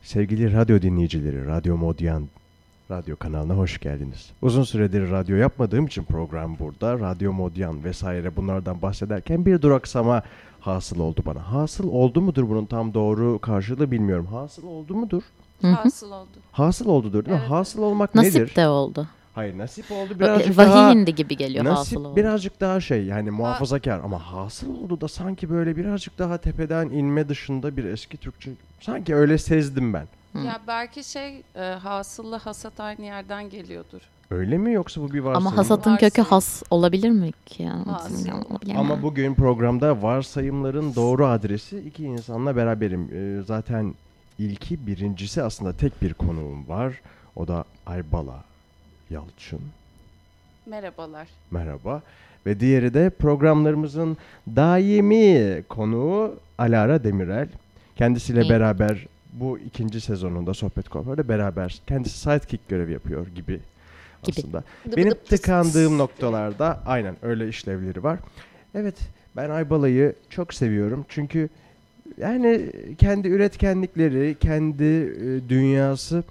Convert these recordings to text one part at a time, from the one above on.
Sevgili radyo dinleyicileri, Radyo Modyan radyo kanalına hoş geldiniz. Uzun süredir radyo yapmadığım için program burada, Radyo Modyan vesaire bunlardan bahsederken bir duraksama hasıl oldu bana. Hasıl oldu mudur bunun tam doğru karşılığı bilmiyorum. Hasıl oldu mudur? Hasıl oldu. Hasıl oldudur değil mi? Evet. Hasıl olmak Nasip nedir? de oldu. Hayır, nasip oldu birazcık Vahiy daha... indi gibi geliyor Nasip hasıl oldu. birazcık daha yani muhafazakar ama hasıl oldu da sanki böyle birazcık daha tepeden inme dışında bir eski Türkçe sanki öyle sezdim ben. Ya belki hasılla hasat aynı yerden geliyordur. Öyle mi yoksa bu bir varsayım? Ama hasatın kökü has olabilir mi ki? Yani? Hasıl. Ama bugün programda varsayımların doğru adresi iki insanla beraberim. Zaten birincisi aslında tek bir konuğum var. O da Aybala Yalçın. Merhabalar. Merhaba. Ve diğeri de programlarımızın daimi konuğu Alara Demirel. Kendisiyle beraber bu ikinci sezonunda Sohbet Kuaför'de beraber kendisi sidekick görevi yapıyor gibi aslında. Benim tıkandığım noktalarda aynen öyle işlevleri var. Evet, ben Aybala'yı çok seviyorum. Çünkü yani kendi üretkenlikleri, kendi dünyası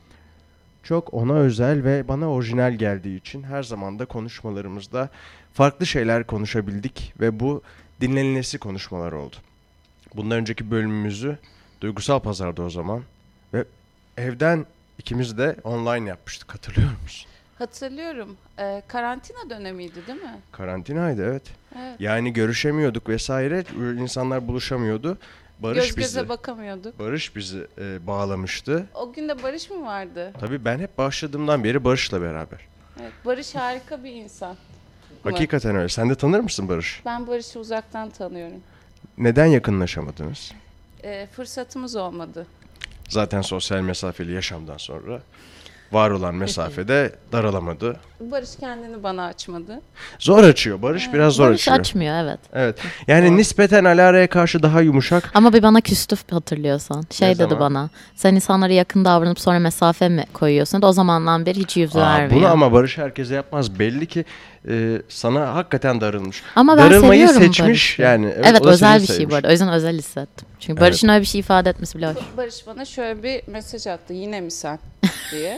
çok ona özel ve bana orijinal geldiği için her zaman da konuşmalarımızda farklı şeyler konuşabildik ve bu dinlenilesi konuşmalar oldu. Bundan önceki bölümümüzü Duygusal Pazar'da o zaman ve evden ikimiz de online yapmıştık, hatırlıyor musun? Hatırlıyorum. Karantina dönemiydi değil mi? Karantinaydı, evet. Evet. Yani görüşemiyorduk vesaire, insanlar buluşamıyordu. Göz göze bakamıyorduk. Barış bizi bağlamıştı. O gün de Barış mı vardı? Tabii ben hep başladığımdan beri Barış'la beraber. Evet, Barış harika bir insan. Hakikaten öyle. Sen de tanır mısın Barış? Ben Barış'ı uzaktan tanıyorum. Neden yakınlaşamadınız? Fırsatımız olmadı. Zaten sosyal mesafeli yaşamdan sonra var olan mesafede daralamadı. Barış kendini bana açmadı. Zor açıyor. Barış biraz zor Barış açıyor. açmıyor, evet. Evet. Yani nispeten Alara'ya karşı daha yumuşak. Ama bir bana küstü hatırlıyorsan. Şey dedi bana. Sen insanlara yakın davranıp sonra mesafe mi koyuyorsun? O zamandan beri hiç yüz vermiyor. Bunu ama Barış herkese yapmaz. Belli ki sana hakikaten darılmış. Ama ben Darılmayı seviyorum seçmiş. Barış'ı. Yani Evet, o da özel seni bir şey sevmiş. bu arada. O yüzden özel hissettim. Çünkü Barış'ın öyle bir şey ifade etmesi bile hoş. Barış bana şöyle bir mesaj attı. Yine mi sen? diye.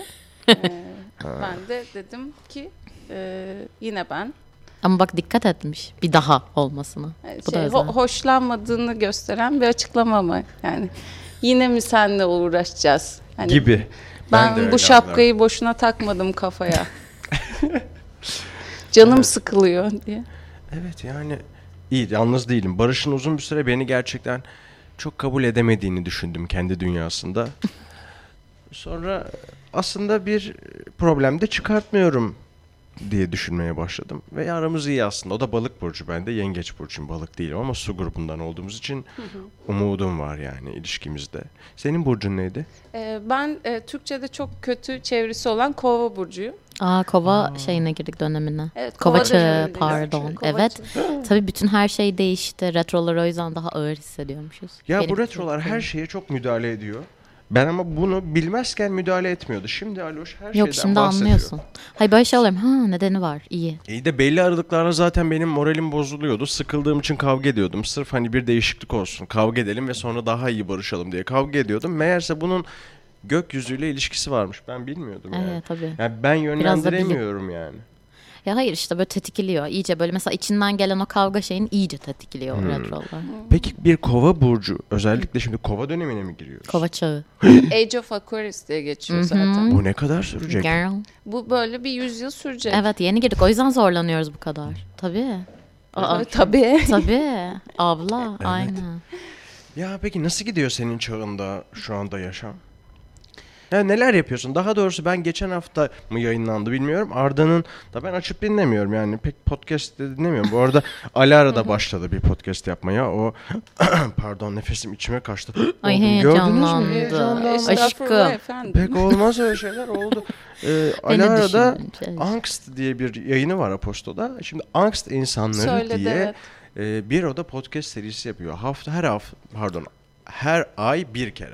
Ben de dedim ki yine ben. Ama bak dikkat etmiş bir daha olmasına. Bu da özel. Hoşlanmadığını gösteren bir açıklama mı? Yani yine mi seninle uğraşacağız? Hani Gibi. Ben bu şapkayı boşuna takmadım kafaya. Canım sıkılıyor diye. Evet, yani iyi, yalnız değilim. Barış'ın uzun bir süre beni gerçekten çok kabul edemediğini düşündüm kendi dünyasında. Sonra aslında bir problem de çıkartmıyorum diye düşünmeye başladım. Ve aramız iyi aslında. O da balık burcu, ben de yengeç burcuyum. Balık değilim ama su grubundan olduğumuz için umudum var yani ilişkimizde. Senin burcun neydi? Ben Türkçe'de çok kötü çevirisi olan Kova burcuyum. Kova şeyine girdik dönemine. Evet, Kova Kova çağı, dönemindeyiz. pardon. Kova Evet. çağı. Tabii bütün her şey değişti. Retrolar o yüzden daha ağır hissediyormuşuz. Ya Benim bu retrolar için. her şeye çok müdahale ediyor. Ben ama bunu bilmezken müdahale etmiyordu. Şimdi Aloş her Yok, şeyden şimdi bahsediyor. anlıyorsun. Hayır, böyle şey oluyorum. Nedeni var. İyi. İyi de belli aralıklarla zaten benim moralim bozuluyordu. Sıkıldığım için kavga ediyordum. Sırf hani bir değişiklik olsun. Kavga edelim ve sonra daha iyi barışalım diye kavga ediyordum. Meğerse bunun gökyüzüyle ilişkisi varmış. Ben bilmiyordum yani. Evet, tabii. Yani ben yönlendiremiyorum yani. Ya hayır, işte böyle tetikliyor. İyice böyle mesela içinden gelen o kavga şeyini iyice tetikliyor o retrolar. Peki bir kova burcu özellikle şimdi kova dönemine mi giriyoruz? Kova çağı. Age of Aquarius diye geçiyor zaten. Bu ne kadar sürecek? Girl. Bu böyle bir 100 yıl sürecek. Evet, yeni girdik. O yüzden zorlanıyoruz bu kadar. Tabii. Tabii. Tabii. Abla. Aynen. Ya peki nasıl gidiyor senin çağında şu anda yaşam? Ya neler yapıyorsun? Daha doğrusu ben geçen hafta mı yayınlandı bilmiyorum. Arda'nın da ben açıp dinlemiyorum yani pek podcast de dinlemiyorum. Bu arada Alara da başladı bir podcast yapmaya. O pardon, nefesim içime kaçtı. Ay, Oldu. heyecanlandı. Heyecanlandı. Estağfurullah Aşkım. efendim. Pek olmaz öyle şeyler oldu. Beni Alara'da düşünün. Angst diye bir yayını var Aposto'da. Şimdi Angst insanları Söyledi, diye evet. bir oda podcast serisi yapıyor. Her ay bir kere.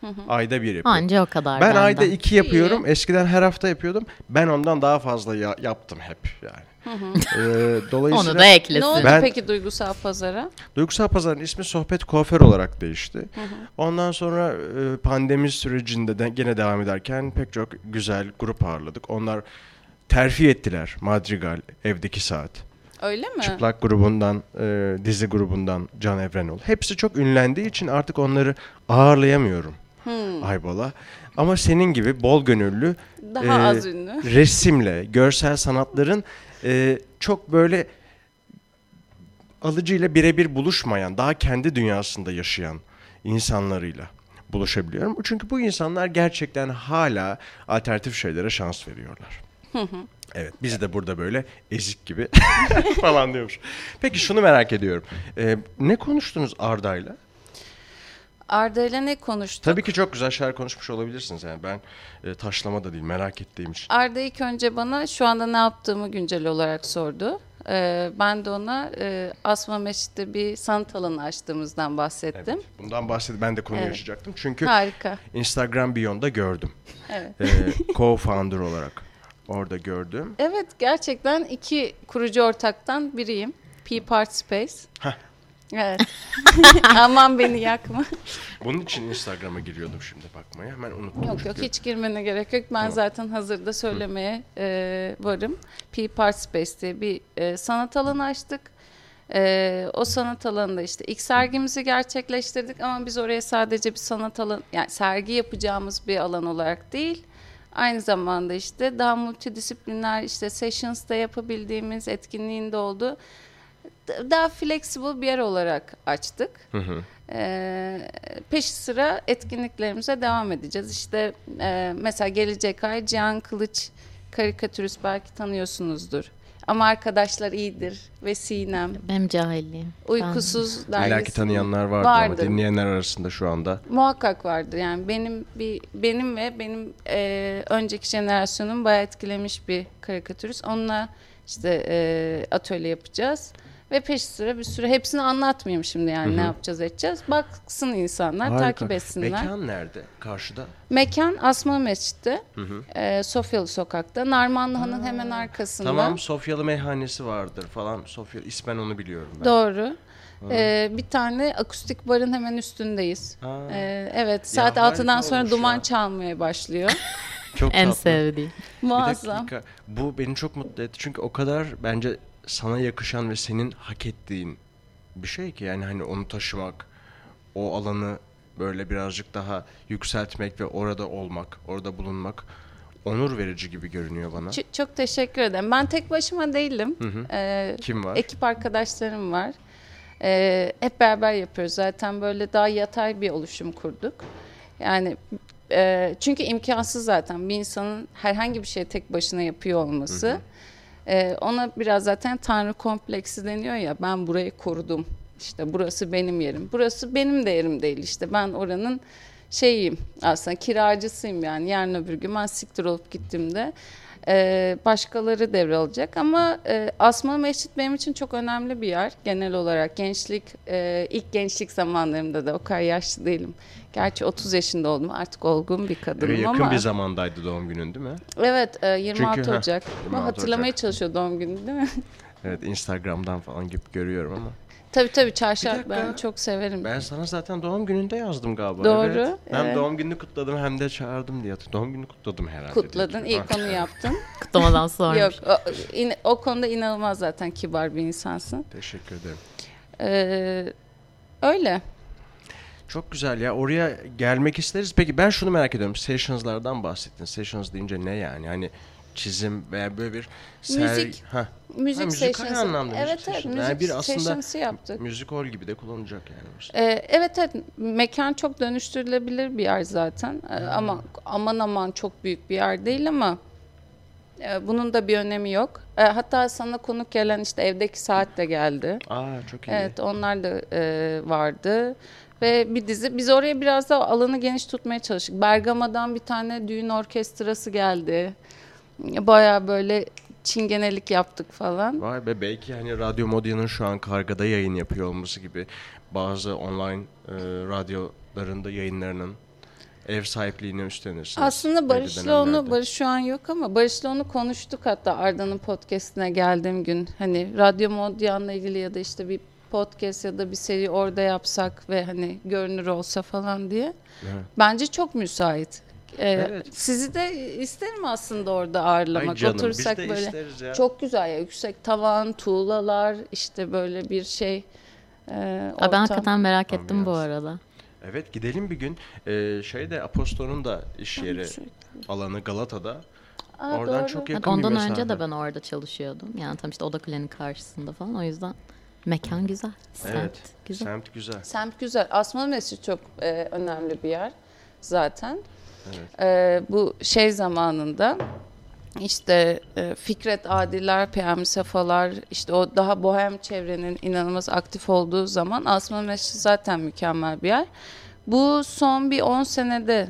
Ayda bir yapıyorum. Anca o kadar. Ben benden. ayda 2 yapıyorum. İyi. Eskiden her hafta yapıyordum. Ben ondan daha fazla yaptım hep yani. Dolayısıyla Onu da eklesin. Ne oldu Ben- peki duygusal pazara? Duygusal Pazar'ın ismi Sohbet Kuaför olarak değişti. Ondan sonra pandemi sürecinde de gene devam ederken pek çok güzel grup ağırladık. Onlar terfi ettiler Madrigal, Evdeki Saat. Öyle mi? Çıplak grubundan, dizi grubundan Can Evrenol. Hepsi çok ünlendiği için artık onları ağırlayamıyorum Aybol'a. Ama senin gibi bol gönüllü, Daha az ünlü. resimle, görsel sanatların çok böyle alıcıyla birebir buluşmayan, daha kendi dünyasında yaşayan insanlarıyla buluşabiliyorum. Çünkü bu insanlar gerçekten hala alternatif şeylere şans veriyorlar. Evet, biz de burada böyle ezik gibi falan diyormuş. Peki şunu merak ediyorum. Ne konuştunuz Arda'yla? Arda ile ne konuştuk? Tabii ki çok güzel şeyler konuşmuş olabilirsiniz. Yani ben taşlama da değil, merak ettiğim için. Arda ilk önce bana şu anda ne yaptığımı güncel olarak sordu. Ben de ona Asma Mescid'de bir sanat alanı açtığımızdan bahsettim. Evet, bundan bahsedip ben de konuyu açacaktım. Çünkü Harika. Instagram biyomda gördüm. Evet. Co-founder olarak orada gördüm. Evet, gerçekten 2 kurucu ortaktan biriyim. P-Part Space. Heh. Evet. Aman beni yakma. Bunun için Instagram'a giriyordum şimdi bakmaya. Hemen unuttum. Yok çünkü. hiç girmene gerek yok. Ben zaten hazırda söylemeye varım. P-Part Space diye bir sanat alanı açtık. O sanat alanında işte ilk sergimizi gerçekleştirdik ama biz oraya sadece bir sanat alanı, yani sergi yapacağımız bir alan olarak değil, aynı zamanda işte daha multidisipliner işte sessions'da yapabildiğimiz, etkinliğinde olduğu daha flexible bir yer olarak açtık. Peşi sıra etkinliklerimize devam edeceğiz. İşte mesela gelecek ay Cihan Kılıç karikatürist, belki tanıyorsunuzdur. Ama arkadaşlar iyidir ve Sinem. Benim cahilliğim. Uykusuz dergisi. İlla ki tanıyanlar vardır ama dinleyenler arasında şu anda. Muhakkak vardır. Yani benim ve benim önceki jenerasyonum bayağı etkilemiş bir karikatürist. Onunla işte atölye yapacağız. Ve peşi sıra bir sürü, hepsini anlatmayayım şimdi yani ne yapacağız edeceğiz. Baksın insanlar, Harika. takip etsinler. Mekan nerede? Karşıda? Mekan Asma Mescid'de, Sofyalı Sokak'ta. Narmanlıhan'ın hemen arkasında. Tamam, Sofyalı meyhanesi vardır falan. Sofya, ismen onu biliyorum ben. Doğru. Bir tane akustik barın hemen üstündeyiz. Evet, saat harika 6'dan sonra olmuş duman ya. çalmaya başlıyor. Çok En tatlı. sevdiğim. Bir Muazzam. dakika. Bu beni çok mutlu etti. Çünkü o kadar bence sana yakışan ve senin hak ettiğin bir şey ki. Yani hani onu taşımak, o alanı böyle birazcık daha yükseltmek ve orada olmak, orada bulunmak onur verici gibi görünüyor bana. Çok teşekkür ederim. Ben tek başıma değilim. Kim var? Ekip arkadaşlarım var. Hep beraber yapıyoruz. Zaten böyle daha yatay bir oluşum kurduk. Yani çünkü imkansız zaten bir insanın herhangi bir şeyi tek başına yapıyor olması. Ona biraz zaten tanrı kompleksi deniyor ya, ben burayı korudum. İşte burası benim yerim. Burası benim de yerim değil işte. Ben oranın şeyiyim aslında, kiracısıyım yani. Yarın öbür gün ben siktir olup gittiğimde başkaları devralacak. Ama Asma Mescid benim için çok önemli bir yer. Genel olarak gençlik, ilk gençlik zamanlarımda da o kadar yaşlı değilim. Gerçi 30 yaşında oldum, artık olgun bir kadınım Yakın ama. bir zamandaydı doğum günün değil mi? Evet, 26 Çünkü, Ocak. 26 Hatırlamaya Ocak. çalışıyor doğum günü değil mi? Evet, Instagram'dan falan gibi görüyorum ama. Tabii çarşaf, Bir dakika. ben çok severim. Ben sana zaten doğum gününde yazdım galiba. Doğru, Evet. Hem evet. doğum gününü kutladım hem de çağırdım diye. Doğum gününü kutladım herhalde. Kutladın, diye. ilk onu yaptın. Kutlamadan sonra. Yok, o konuda inanılmaz zaten kibar bir insansın. Teşekkür ederim. Öyle. Çok güzel ya. Oraya gelmek isteriz. Peki ben şunu merak ediyorum. Sessions'lardan bahsettin. Sessions deyince ne yani? Hani çizim veya böyle bir Müzik. Müzik müzikal sessions. anlamda Evet, müzik evet, sessions. müzik Yani bir aslında sessions'ı yaptık. müzik hol gibi de kullanılacak yani. Evet, mekan çok dönüştürülebilir bir yer zaten. Ama aman çok büyük bir yer değil ama bunun da bir önemi yok. Hatta sana konuk gelen işte Evdeki Saat de geldi. Çok iyi. Evet, onlar da vardı. Ve bir dizi. Biz oraya biraz da alanı geniş tutmaya çalıştık. Bergama'dan bir tane düğün orkestrası geldi. Bayağı böyle çingenelik yaptık falan. Vay be, belki hani Radyo Modya'nın şu an Karga'da yayın yapıyor olması gibi bazı online radyolarında yayınlarının ev sahipliğini üstlenirsiniz. Aslında Barış şu an yok ama Barış'la onu konuştuk, hatta Arda'nın podcastine geldiğim gün. Hani Radyo Modyan'la ilgili ya da işte bir podcast ya da bir seri orada yapsak ve hani görünür olsa falan diye. Evet. Bence çok müsait. Evet. Sizi de isterim aslında orada ağırlamak. Ay canım, Otursak biz de böyle isteriz ya. çok güzel ya, yüksek tavan, tuğlalar, işte böyle bir şey ortam. Ben hakikaten merak ettim Ambiyans. bu arada. Evet, gidelim bir gün. Şeyde Aposto'nun da iş yeri alanı Galata'da. Oradan doğru. çok yakın bir Ondan mesafe. önce de ben orada çalışıyordum. Yani tam işte Oda Kule'nin karşısında falan. O yüzden mekan güzel. Semt Evet, güzel. semt güzel. Semt güzel. Asmalı Mescid çok önemli bir yer zaten. Evet. Bu şey zamanında işte Fikret Adiler, Peyami Safalar, işte o daha bohem çevrenin inanılmaz aktif olduğu zaman Asmalı Mescid zaten mükemmel bir yer. Bu son bir 10 senede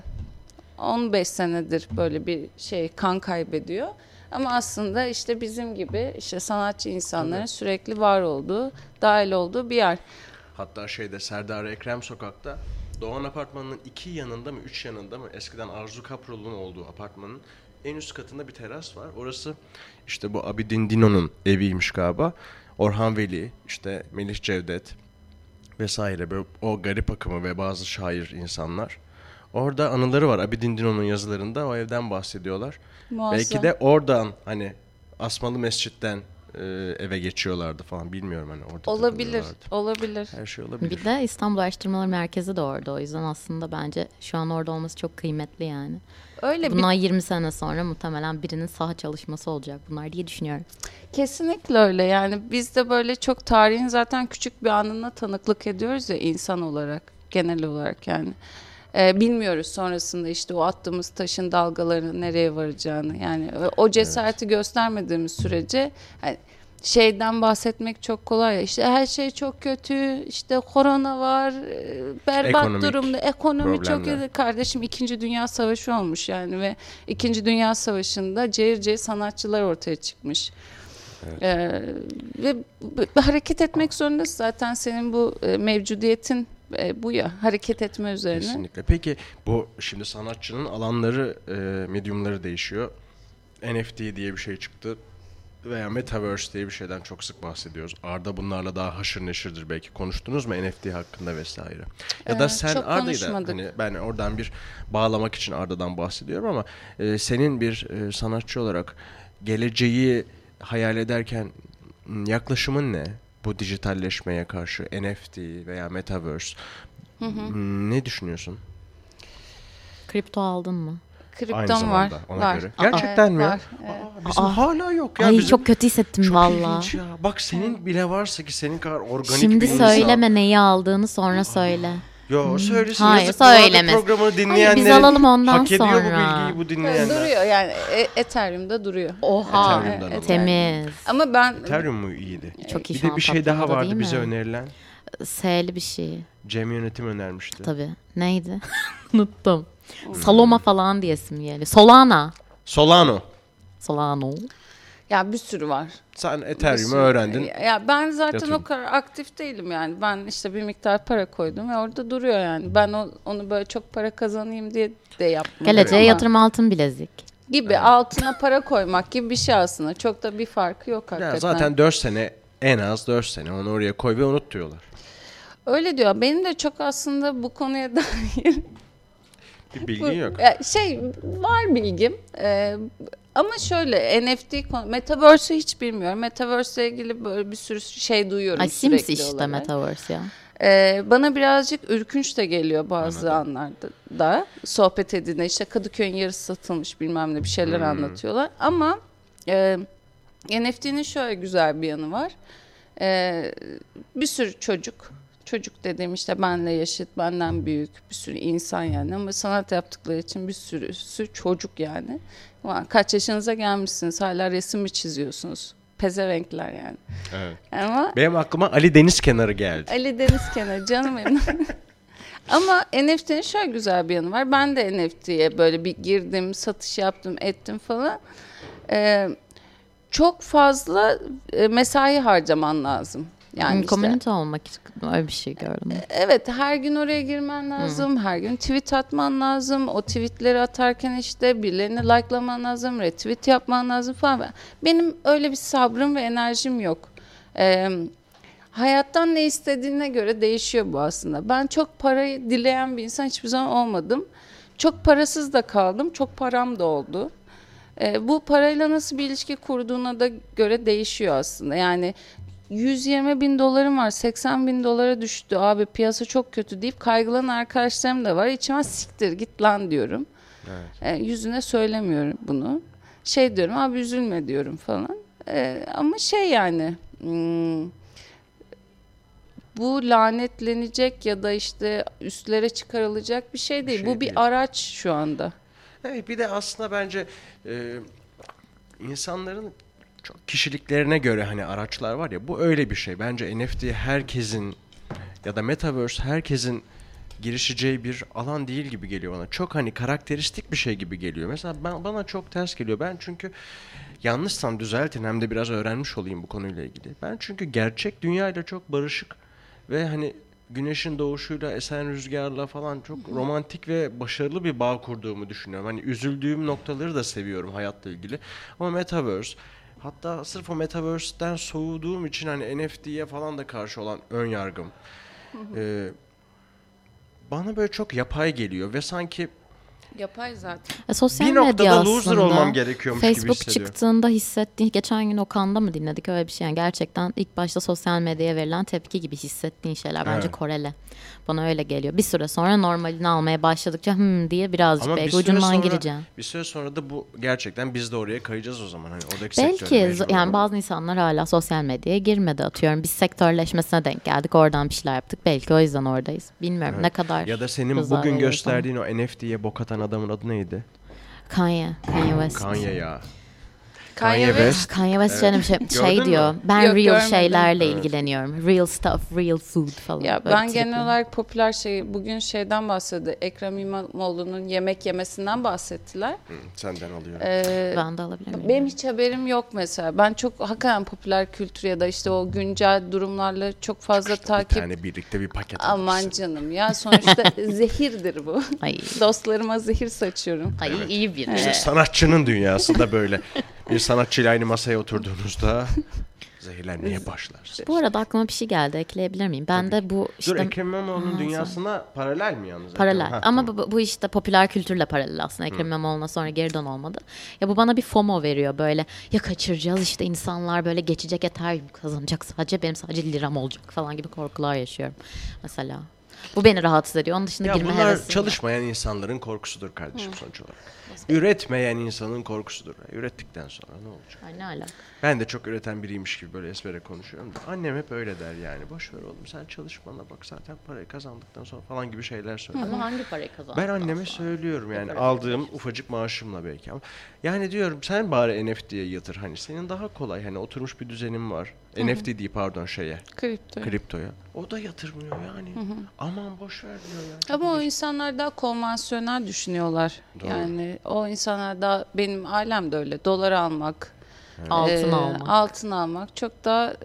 15 senedir böyle bir şey kan kaybediyor. Ama aslında işte bizim gibi işte sanatçı insanların Tabii. sürekli var olduğu, dahil olduğu bir yer. Hatta şeyde Serdar Ekrem Sokak'ta Doğan Apartmanı'nın 2 yanında mı 3 yanında mı eskiden Arzu Kaproğlu'nun olduğu apartmanın en üst katında bir teras var. Orası işte bu Abidin Dino'nun eviymiş galiba. Orhan Veli, işte Melih Cevdet vesaire böyle o garip akımı ve bazı şair insanlar. Orada anıları var. Abidin Dino'nun yazılarında o evden bahsediyorlar. Muazzam. Belki de oradan hani Asmalı Mescid'den eve geçiyorlardı falan, bilmiyorum hani orada Olabilir, takılıyorlardı. olabilir. Her şey olabilir. Bir de İstanbul Araştırmaları Merkezi de orada. O yüzden aslında bence şu an orada olması çok kıymetli yani. Öyle Bundan 20 sene sonra muhtemelen birinin saha çalışması olacak bunlar diye düşünüyorum. kesinlikle öyle. Yani biz de böyle çok tarihin zaten küçük bir anına tanıklık ediyoruz ya insan olarak, genel olarak yani. Bilmiyoruz sonrasında işte o attığımız taşın dalgalarının nereye varacağını. Yani o cesareti göstermediğimiz sürece yani şeyden bahsetmek çok kolay ya. İşte her şey çok kötü, işte korona var, berbat Ekonomik durumda, ekonomi çok problemler. kötü. Kardeşim 2. Dünya Savaşı olmuş yani ve 2. Dünya Savaşı'nda cayır cayır sanatçılar ortaya çıkmış. Ve hareket etmek zorundasın. Zaten senin bu mevcudiyetin bu ya, hareket etme üzerine. Kesinlikle. Peki bu şimdi sanatçının alanları, medyumları değişiyor. NFT diye bir şey çıktı veya Metaverse diye bir şeyden çok sık bahsediyoruz. Arda bunlarla daha haşır neşirdir belki. Konuştunuz mu NFT hakkında vesaire? Ya da sen çok Arda'yla konuşmadık. hani ben oradan bir bağlamak için Arda'dan bahsediyorum ama senin bir sanatçı olarak geleceği hayal ederken yaklaşımın ne? Bu dijitalleşmeye karşı NFT veya Metaverse. Ne düşünüyorsun? Kripto aldın mı? Aynı Kriptom var. zamanda ona var. göre. Gerçekten mi ya? Var. Bizim hala yok ya. Ay bizim... çok kötü hissettim Çok valla. ilginç ya. Bak senin bile varsa ki senin kadar organik Şimdi bir insan. söyleme neyi aldığını sonra söyle. Yo söylesin. Hayır, Yazık, bu arada söylemez. programı dinleyenler Hayır, biz alalım ondan hak ediyor sonra. bu bilgiyi bu dinleyenler. Duruyor yani Ethereum'da duruyor. Oha Ethereum'dan alalım. temiz. Ama ben Ethereum mu iyiydi? Çok iyi Bir şu de an bir şey daha patlamada vardı değil bize mi? önerilen. S'li bir şey. Cem Yönetim önermişti. Tabii. Neydi? Unuttum. Saloma falan diyesim geliyor. Solana. Solano. Solano. ya bir sürü var. Sen Bir Ethereum'u sürü. öğrendin. Ya ben zaten Yatırım. o kadar aktif değilim yani. Ben işte bir miktar para koydum ve orada duruyor yani. Ben onu böyle çok para kazanayım diye de yapmadım. Geleceğe ama yatırım altın bilezik. gibi altına para koymak gibi bir şey aslında. Çok da bir farkı yok hakikaten. Ya zaten 4 sene en az 4 sene onu oraya koy ve unut diyorlar. Öyle diyor. Benim de çok aslında bu konuya dair Bir bilgin yok. şey var bilgim. Ama şöyle NFT Metaverse'ü hiç bilmiyorum. Metaverse ile ilgili böyle bir sürü şey duyuyorum Ay sürekli Sims işte olarak. Metaverse ya. Bana birazcık ürkünç de geliyor bazı anlarda da. Sohbet edince işte Kadıköy'ün yarısı satılmış bilmem ne bir şeyler anlatıyorlar. Ama NFT'nin şöyle güzel bir yanı var. Bir sürü çocuk dediğim işte benle yaşıt, benden büyük bir sürü insan yani ama sanat yaptıkları için bir sürü çocuk yani. Ulan kaç yaşınıza gelmişsiniz hala resim mi çiziyorsunuz? Pezevenkler yani. Evet. Ama Benim aklıma Ali Denizkenarı geldi. Ali Denizkenar canım benim. Ama NFT'nin şöyle güzel bir yanı var. Ben de NFT'ye böyle bir girdim, satış yaptım, ettim falan. Çok fazla mesai harcaman lazım. Yani işte, Komünite olmak için öyle bir şey gördüm. evet, her gün oraya girmen lazım. Her gün tweet atman lazım. O tweetleri atarken işte birilerini likelaman lazım. Retweet yapman lazım falan. Benim öyle bir sabrım ve enerjim yok. Hayattan ne istediğine göre değişiyor bu aslında. Ben çok parayı dileyen bir insan hiçbir zaman olmadım. Çok parasız da kaldım. Çok param da oldu. Bu parayla nasıl bir ilişki kurduğuna da göre değişiyor aslında. Yani 120 bin dolarım var, 80 bin dolara düştü abi, piyasa çok kötü deyip kaygılanan arkadaşlarım da var. İçime siktir git lan diyorum. Evet. Yüzüne söylemiyorum bunu. Şey diyorum, abi üzülme diyorum falan. Ama şey yani bu lanetlenecek ya da işte üstlere çıkarılacak bir şey değil. Bu bir araç şu anda. Evet, bir de aslında bence insanların çok kişiliklerine göre hani araçlar var ya, bu öyle bir şey. Bence NFT herkesin ya da Metaverse herkesin girişeceği bir alan değil gibi geliyor bana. Çok hani karakteristik bir şey gibi geliyor. Mesela bana çok ters geliyor. Ben çünkü yanlışsam düzeltin, hem de biraz öğrenmiş olayım bu konuyla ilgili. Ben çünkü gerçek dünyayla çok barışık ve hani güneşin doğuşuyla, esen rüzgarla falan çok romantik ve başarılı bir bağ kurduğumu düşünüyorum. Hani üzüldüğüm noktaları da seviyorum hayatla ilgili. Ama Metaverse, hatta sırf o Metaverse'den soğuduğum için hani NFT'ye falan da karşı olan ön yargım bana böyle çok yapay geliyor ve sanki yapay zaten. Sosyal bir medya noktada loser aslında. olmam gerekiyormuş gibi Facebook hissediyorum. çıktığında hissettiğin, geçen gün Okan'da mı dinledik öyle bir şey, yani gerçekten ilk başta sosyal medyaya verilen tepki gibi hissettiğin şeyler bence korele. Bana öyle geliyor. Bir süre sonra normalini almaya başladıkça diye birazcık ama belki ucundan gireceğim. Bir süre sonra da bu gerçekten biz de oraya kayacağız o zaman. Hani oradaki belki yani bazı insanlar hala sosyal medyaya girmedi, atıyorum. Biz sektörleşmesine denk geldik. Oradan bir şeyler yaptık. Belki o yüzden oradayız. Bilmiyorum ne kadar. Ya da senin bugün gösterdiğin o NFT'ye bok atan adamın adı neydi? Kanye West. Kanye ya. Kanye West canım şey diyor. Ben Yok, real görmedim. şeylerle ilgileniyorum. Real stuff, real food falan. Ya böyle ben genel olarak popüler bugün şeyden bahsediyor. Ekrem İmamoğlu'nun yemek yemesinden bahsettiler. Senden alıyorum. Ben de alabilir miyim? Benim hiç haberim yok mesela. Ben çok hakikaten popüler kültür ya da işte o güncel durumlarla çok fazla takip. Bir tane birlikte bir paket Aman alırsın. canım ya, sonuçta zehirdir bu. Ay. Dostlarıma zehir saçıyorum. Ay iyi bir. İşte sanatçının dünyasında böyle. Bir sanatçıyla aynı masaya oturduğunuzda zehirlenmeye başlarsın. Bu arada aklıma bir şey geldi, ekleyebilir miyim? Ben de bu işte... Dur, Ekrem İmamoğlu'nun dünyasına paralel mi yalnız? Paralel. Ha, ama tamam. bu işte popüler kültürle paralel aslında. Ekrem İmamoğlu'na sonra geri dön olmadı. Ya bu bana bir FOMO veriyor böyle. Ya kaçıracağız işte, insanlar böyle geçecek, Ethereum kazanacak sadece, benim sadece liram olacak falan gibi korkular yaşıyorum mesela. Bu beni rahatsız ediyor. Onun dışında Ya girme bunlar hevesim çalışmayan insanların korkusudur kardeşim sonuç olarak. Üretmeyen insanın korkusudur. Ürettikten sonra ne olacak? Ay ne alaka? Ben de çok üreten biriymiş gibi böyle esmere konuşuyorum da annem hep öyle der yani. Boş ver oğlum, sen çalışmana bak, zaten parayı kazandıktan sonra falan gibi şeyler söyler. Ama hangi parayı kazandın? Ben anneme söylüyorum yani, aldığım ufacık maaşımla belki ama yani diyorum sen bari NFT'ye yatır, hani senin daha kolay, hani oturmuş bir düzenin var. NFT değil pardon, kriptoya. O da yatırmıyor yani. Aman boş ver diyor yani. Ama o insanlar daha konvansiyonel düşünüyorlar. Doğru. Yani o insanlar daha, benim ailem de öyle. Dolar almak, altın almak çok daha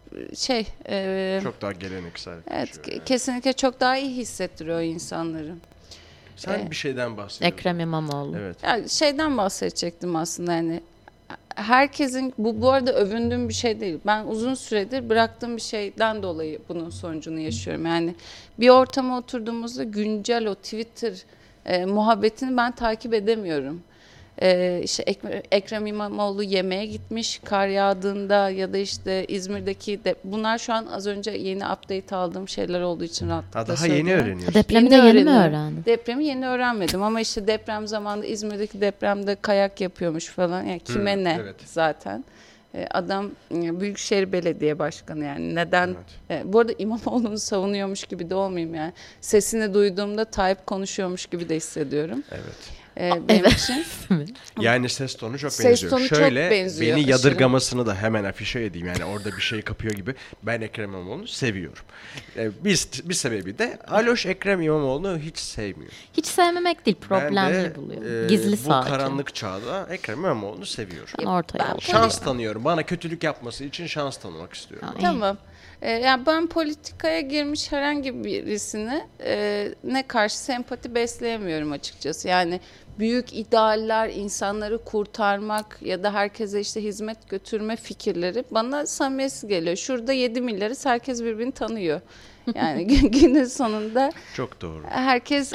çok daha geleneksel. Evet, kesinlikle çok daha iyi hissettiriyor insanları. Sen bir şeyden bahsediyorsun. Ekrem İmamoğlu. Evet. Yani şeyden bahsedecektim aslında, yani herkesin, bu arada övündüğüm bir şey değil. Ben uzun süredir bıraktığım bir şeyden dolayı bunun sonucunu yaşıyorum. Yani bir ortama oturduğumuzda güncel o Twitter muhabbetini ben takip edemiyorum. İşte Ekrem İmamoğlu yemeğe gitmiş kar yağdığında ya da işte İzmir'deki bunlar şu an az önce yeni update aldığım şeyler olduğu için rahatlıkla Daha söylüyorum. yeni öğreniyorsun. Depremi de yeni mi öğrendin? Depremi yeni öğrenmedim ama işte deprem zamanında İzmir'deki depremde kayak yapıyormuş falan. Yani kime ne evet. zaten. Adam Büyükşehir Belediye Başkanı, yani neden? Bu arada İmamoğlu'nu savunuyormuş gibi de olmayayım yani. Sesini duyduğumda Tayyip konuşuyormuş gibi de hissediyorum. Evet. Benim için. Yani ses tonu çok Ses benziyor. tonu Şöyle çok benziyor, beni aşırı. yadırgamasını da hemen afişe edeyim. Yani orada bir şey kapıyor gibi. Ben Ekrem İmamoğlu'nu seviyorum. Bir sebebi de Aloş Ekrem İmamoğlu'nu hiç sevmiyor. Hiç sevmemek değil, Ben problemli de, buluyorum. Gizli bu sadece. karanlık çağda Ekrem İmamoğlu'nu seviyorum. Ben ortaya Ben- alıyorum. Şans tanıyorum. Bana kötülük yapması için şans tanımak istiyorum. Ay. Tamam. Yani ben politikaya girmiş herhangi birisine ne karşı sempati besleyemiyorum açıkçası. Yani büyük idealler, insanları kurtarmak ya da herkese işte hizmet götürme fikirleri bana samimiyetsiz geliyor. Şurada 7 milyarız, herkes birbirini tanıyor. Yani günün sonunda Çok doğru. herkes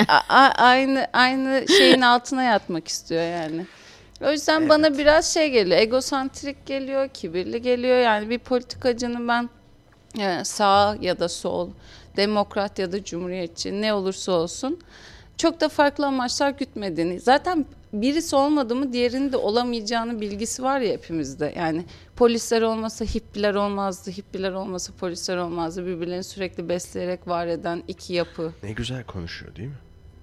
aynı şeyin altına yatmak istiyor yani. O yüzden bana biraz şey geliyor, egosantrik geliyor, kibirli geliyor. Yani bir politikacının ben sağ ya da sol, demokrat ya da cumhuriyetçi ne olursa olsun çok da farklı amaçlar gütmediğini. Zaten birisi olmadı mı diğerinin de olamayacağını bilgisi var ya hepimizde. Yani polisler olmasa hippiler olmazdı, hippiler olmasa polisler olmazdı. Birbirlerini sürekli besleyerek var eden iki yapı. Ne güzel konuşuyor değil mi?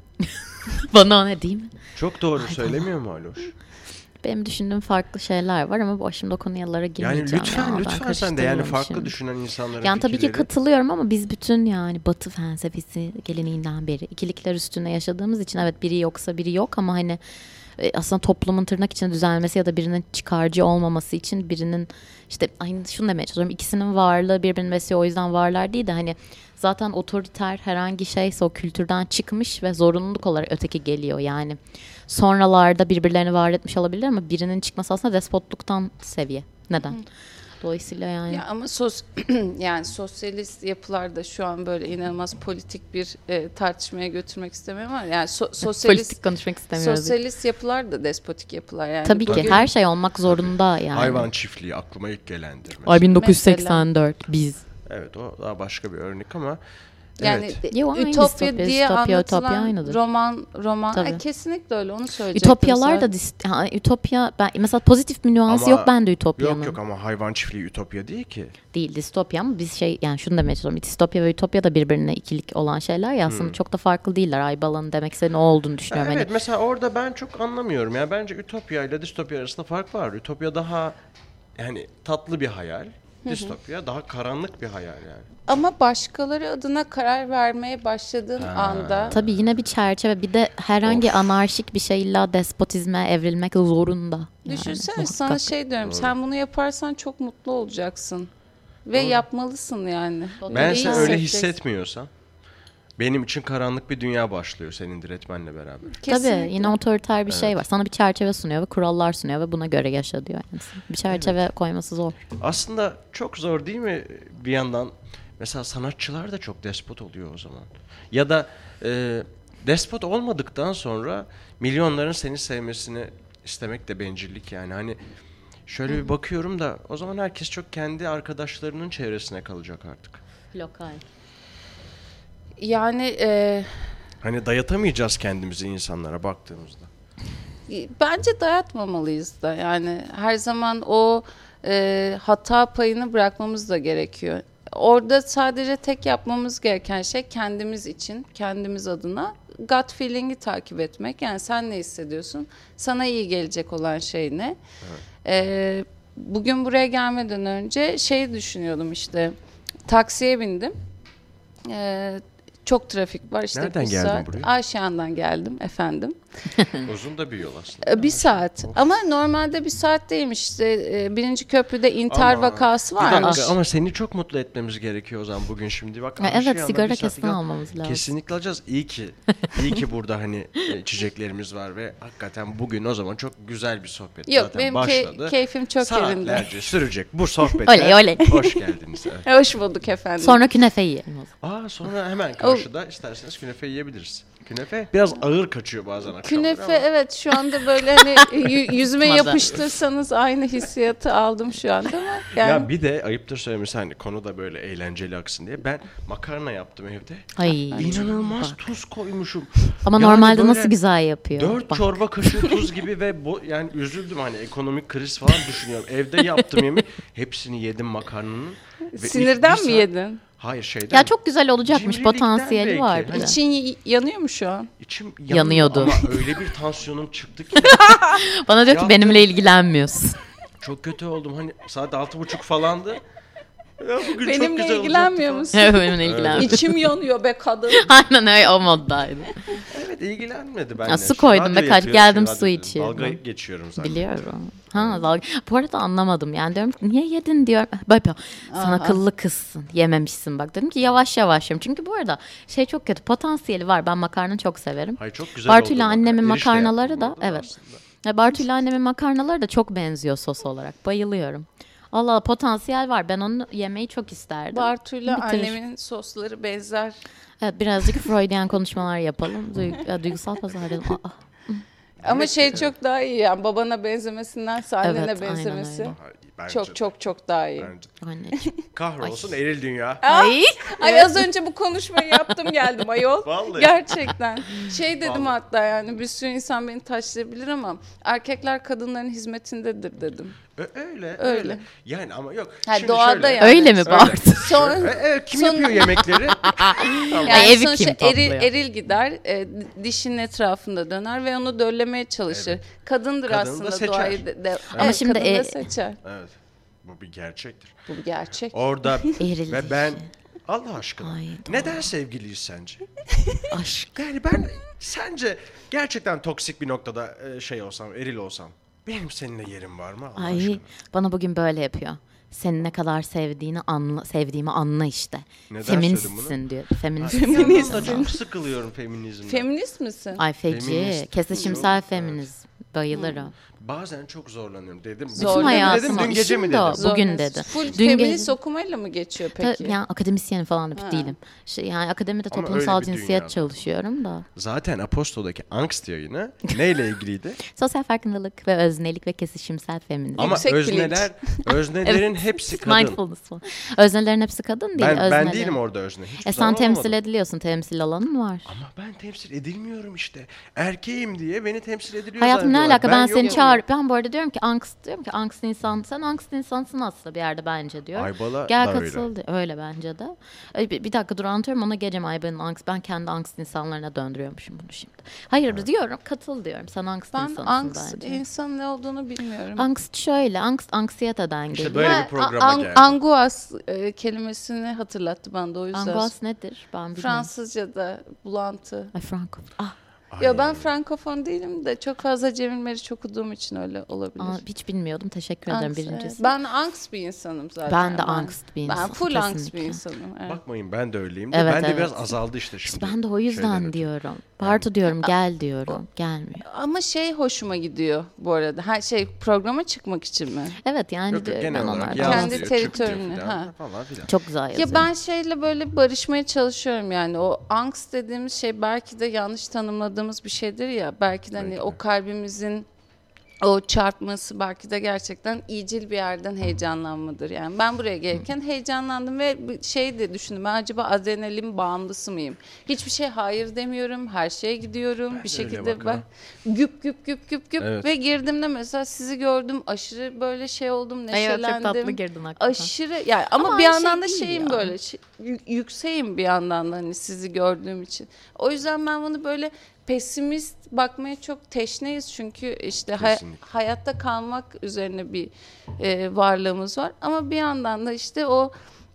Bana ne diyeyim mi? Çok doğru söylemiyor mu Aloş? Benim düşündüğüm farklı şeyler var ama şimdi o konuyalara girmeyeceğim. Yani lütfen sen de yani farklı şimdi. düşünen insanlara Yani tabii ki fikirleri... katılıyorum ama biz bütün yani Batı felsefesi geleneğinden beri ikilikler üstüne yaşadığımız için evet biri yoksa biri yok ama hani aslında toplumun tırnak içinde düzelmesi ya da birinin çıkarcı olmaması için birinin işte aynı şunu demeye çalışıyorum, ikisinin varlığı birbirini besliyor o yüzden varlar değil de hani zaten otoriter herhangi şeyse o kültürden çıkmış ve zorunluluk olarak öteki geliyor yani. Sonralarda birbirlerini var etmiş olabilir ama birinin çıkması aslında despotluktan seviye. Neden? Dolayısıyla yani. Ya ama yani sosyalist yapılarda şu an böyle inanılmaz politik bir tartışmaya götürmek istemiyorum ama yani sosyalist politik konuşmak istemiyoruz. Sosyalist yapılar da despotik yapılar yani. Tabii ki her şey olmak zorunda yani. Hayvan çiftliği aklıma ilk gelendir mesela. Ay 1984 biz. Evet o daha başka bir örnek ama yani evet. Ütopya diye anlatılan aynıdır. roman kesinlikle öyle, onu söyleyecektim. Ütopyalar da Ütopya ben mesela pozitif bir nüansı yok bende Ütopya'nın. Yok ama hayvan çiftliği Ütopya değil ki. Değil distopya ama biz yani şunu demeye çalışıyorum. Distopya ve Ütopya da birbirine ikilik olan şeyler ya aslında çok da farklı değiller. Aybal'ın demek istediği ne olduğunu düşünüyorum. Evet mesela orada ben çok anlamıyorum. Yani bence Ütopya ile distopya arasında fark var. Ütopya daha yani tatlı bir hayal. Distopya daha karanlık bir hayal yani. Ama başkaları adına karar vermeye başladığın anda... Tabii yine bir çerçeve, bir de herhangi anarşik bir şey illa despotizme evrilmek zorunda. Yani, düşünsene sana şey diyorum, sen bunu yaparsan çok mutlu olacaksın. Ve yapmalısın yani. Ben sen öyle hissetmiyorsan benim için karanlık bir dünya başlıyor senin diretmenle beraber. Kesinlikle. Tabii yine otoriter bir şey var. Sana bir çerçeve sunuyor ve kurallar sunuyor ve buna göre yaşa diyor. Yani. Bir çerçeve koyması zor. Aslında çok zor değil mi bir yandan? Mesela sanatçılar da çok despot oluyor o zaman. Ya da despot olmadıktan sonra milyonların seni sevmesini istemek de bencillik yani. Hani şöyle bir bakıyorum da o zaman herkes çok kendi arkadaşlarının çevresine kalacak artık. Lokal. Yani hani dayatamayacağız kendimizi insanlara baktığımızda. Bence dayatmamalıyız da yani her zaman o hata payını bırakmamız da gerekiyor. Orada sadece tek yapmamız gereken şey kendimiz için, kendimiz adına gut feeling'i takip etmek. Yani sen ne hissediyorsun? Sana iyi gelecek olan şey ne? Evet. Bugün buraya gelmeden önce düşünüyordum işte. Taksiye bindim. Çok trafik var. İşte nereden geldin saat. buraya? Ayşehan'dan geldim efendim. Uzun da bir yol aslında. Bir saat. Ama normalde bir saat değilmiş. İşte birinci köprüde intihar vakası varmış. Ama seni çok mutlu etmemiz gerekiyor o zaman bugün şimdi. Bak, evet sigara kesin almamız lazım. Kesinlikle alacağız. İyi ki burada hani içeceklerimiz var ve hakikaten bugün o zaman çok güzel bir sohbet. Yok zaten benim başladı. Keyfim çok yerinde. Saatlerce sürecek bu sohbetler. Oley. Hoş geldiniz. Evet. Hoş bulduk efendim. Sonra künefe yiyelim. Sonra hemen karşıda isterseniz künefe yiyebiliriz. Künefe biraz ağır kaçıyor bazen akşamları. Künefe evet şu anda böyle hani yüzüme yapıştırsanız aynı hissiyatı aldım şu anda ama yani. Ya bir de ayıptır söylemesi hani konu da böyle eğlenceli aksın diye ben makarna yaptım evde. Ay. İnanılmaz tuz koymuşum. Ama yani normalde nasıl güzel yapıyor. 4 çorba kaşığı tuz gibi ve yani üzüldüm hani ekonomik kriz falan düşünüyorum. Evde yaptım yemek. Hepsini yedim makarnanın. Sinirden mi yedin? Hayır şeyden. Ya çok güzel olacakmış, potansiyeli var. Hani İçin yanıyor mu şu an? İçim yanıyordu. Ama öyle bir tansiyonum çıktı ki. Bana diyor ki benimle ilgilenmiyorsun. Çok kötü oldum. Hani saat 6:30 falandı. Ya bugün çok Benimle güzel ilgilenmiyor olacaktı musun? Benimle ilgilenmiyor. İçim yanıyor be kadın. Aynen öyle o moddaydı. falan. Evet ilgilenmedi benimle. Ya, su koydum Radyo ve kaç yapıyor, geldim radyo su dinliyor. içiyorum. Dalga geçiyorum zaten. Biliyorum. Bu arada anlamadım yani diyorum ki niye yedin diyor. Böyle sen akıllı kızsın yememişsin bak dedim ki yavaş yavaş yiyeyim. Çünkü bu arada şey çok kötü potansiyeli var ben makarna çok severim. Hayır çok güzel Bartu ile oldu. annemin Erişte makarnaları yaptım da bu arada evet. aslında. Bartu ile annemin makarnaları da çok benziyor sos olarak bayılıyorum. Allah Allah potansiyel var ben onu yemeyi çok isterdim. Bartu'yla Bitirir. annemin sosları benzer. Evet birazcık Freudian konuşmalar yapalım. Duygusal pazarlayalım. Ama şey çok daha iyi yani babana benzemesinden annene Evet, aynen benzemesi. öyle. Hayır, bence Çok de. çok çok daha iyi. Bence de. Anneciğim. Kahrolsun eril dünya. Ay. Ay az önce bu konuşmayı yaptım geldim ayol. Vallahi. Gerçekten. Şey dedim Vallahi. hatta yani bir sürü insan beni taşlayabilir ama erkekler kadınların hizmetindedir dedim. Öyle. Yani ama yok. Ha, Şimdi doğada şöyle. yani. Öyle mi Bartu? Sonra Evet, kim Son- yapıyor yemekleri? yani Ay, evi sonuçta kim topluyor? eril gider, dişinin etrafında döner ve onu döllemeye çalışır. Kadındır Kadın da aslında seçer. doğayı Ama evet, şimdi, kadın da seçer. Evet. Bu bir gerçektir. Bu bir gerçek. Orada Eril ve ben dişi. Allah aşkına Ay, neden sevgiliyiz sence? Aşk. Yani ben sence gerçekten toksik bir noktada şey olsam, eril olsam benim seninle yerim var mı Allah Ay aşkına? bana bugün böyle yapıyor. Seni ne kadar sevdiğimi anla işte. Neden söyledin Feministsin diyor. Feminist. Feminist. Da çok sıkılıyorum feminizmden. Feminist misin? Ay feci. Feminist. Kesişimsel Çok, feminizm. Bayılırım. Bazen çok zorlanıyorum dedim. Zor. Bütün Dedim, hayatım dün gece mi Şimdi o, dedim? Bugün Zor. dedi. Full Dün feminist gece- okumayla mı geçiyor peki? Tabii, yani akademisyenim falan da Ha. değilim. Yani akademide Ama toplumsal öyle bir cinsiyet dünyada. çalışıyorum da. Zaten Apostol'daki Angst yayını neyle ilgiliydi? Sosyal farkındalık ve öznelik ve kesişimsel feminizm. Ama Yüksek öznelerin hepsi kadın. Mindfulness falan. Öznelerin hepsi kadın değil. Ben özneler. değilim orada özne. Hiçbir Sen zaman temsil olmadım. ediliyorsun. Temsil alanın var. Ama ben temsil edilmiyorum işte. Erkeğim diye beni temsil ediliyor Hayatım ne zannediyorlar. alaka? Ben seni yokum. çağırıp ben bu arada diyorum ki angst insan. Sen angst insansın aslında bir yerde bence diyor. Aybala Gel da katıl öyle. diyor. Öyle bence de. Bir dakika dur anlatıyorum ona geleceğim Ayba'nın angst. Ben kendi angst insanlarına döndürüyormuşum bunu şimdi. Hayır diyorum katıl diyorum. Sen angst Ben insansın angst bence. insanın ne olduğunu bilmiyorum. Angst şöyle. Anksiyeteden İşte geliyor. böyle Ha, bir programa geldi. Anguas kelimesini hatırlattı bana da o yüzden. Angoisse nedir? Ben bilmiyorum. Fransızca'da bulantı. Ay Franco. Ah, Ya ben frankofon değilim de çok fazla Cemil Meriç okuduğum için öyle olabilir. hiç bilmiyordum. Teşekkür ederim Angst, birincisi. evet. Ben angst bir insanım zaten. Ben de angst bir Ben insanım, full angst bir kesinlikle. insanım. Evet. Bakmayın ben de öyleyim de. Evet, ben de evet. biraz azaldı işte şimdi. Ben de o yüzden şeyden ötürü. diyorum. Bartu diyorum gel diyorum. Gelmiyor. Ama şey hoşuma gidiyor bu arada. Her şey programa çıkmak için mi? Evet yani Yok, yok, ben genel olarak onlardan. yaz Kendi diyor, çık diyor teritörünü, filan, ha. falan filan. Çok güzel yazıyor. Ya ben şeyle böyle barışmaya çalışıyorum yani. O angst dediğimiz şey belki de yanlış tanımladığımız bir şeydir ya. Belki de hani Belki o de. kalbimizin o çarpması belki de gerçekten iyicil bir yerden heyecanlanmadır. Yani ben buraya gelirken heyecanlandım ve bir şey de düşündüm. Ben acaba adrenalin bağımlısı mıyım? Hiçbir şey hayır demiyorum. Her şeye gidiyorum. Ben bir de öyle şekilde bak bak. ha. Güp güp güp güp güp Evet. ve girdiğimde mesela sizi gördüm. Aşırı böyle şey oldum, Ay, evet, neşelendim. çok tatlı girdin hakikaten. Aşırı yani ama Ama bir aynı yandan şey da değil şeyim ya. böyle yükseğim bir yandan da hani sizi gördüğüm için. O yüzden ben bunu böyle pesimist bakmaya çok teşneyiz çünkü işte Kesinlikle. hayatta kalmak üzerine bir varlığımız var ama bir yandan da işte o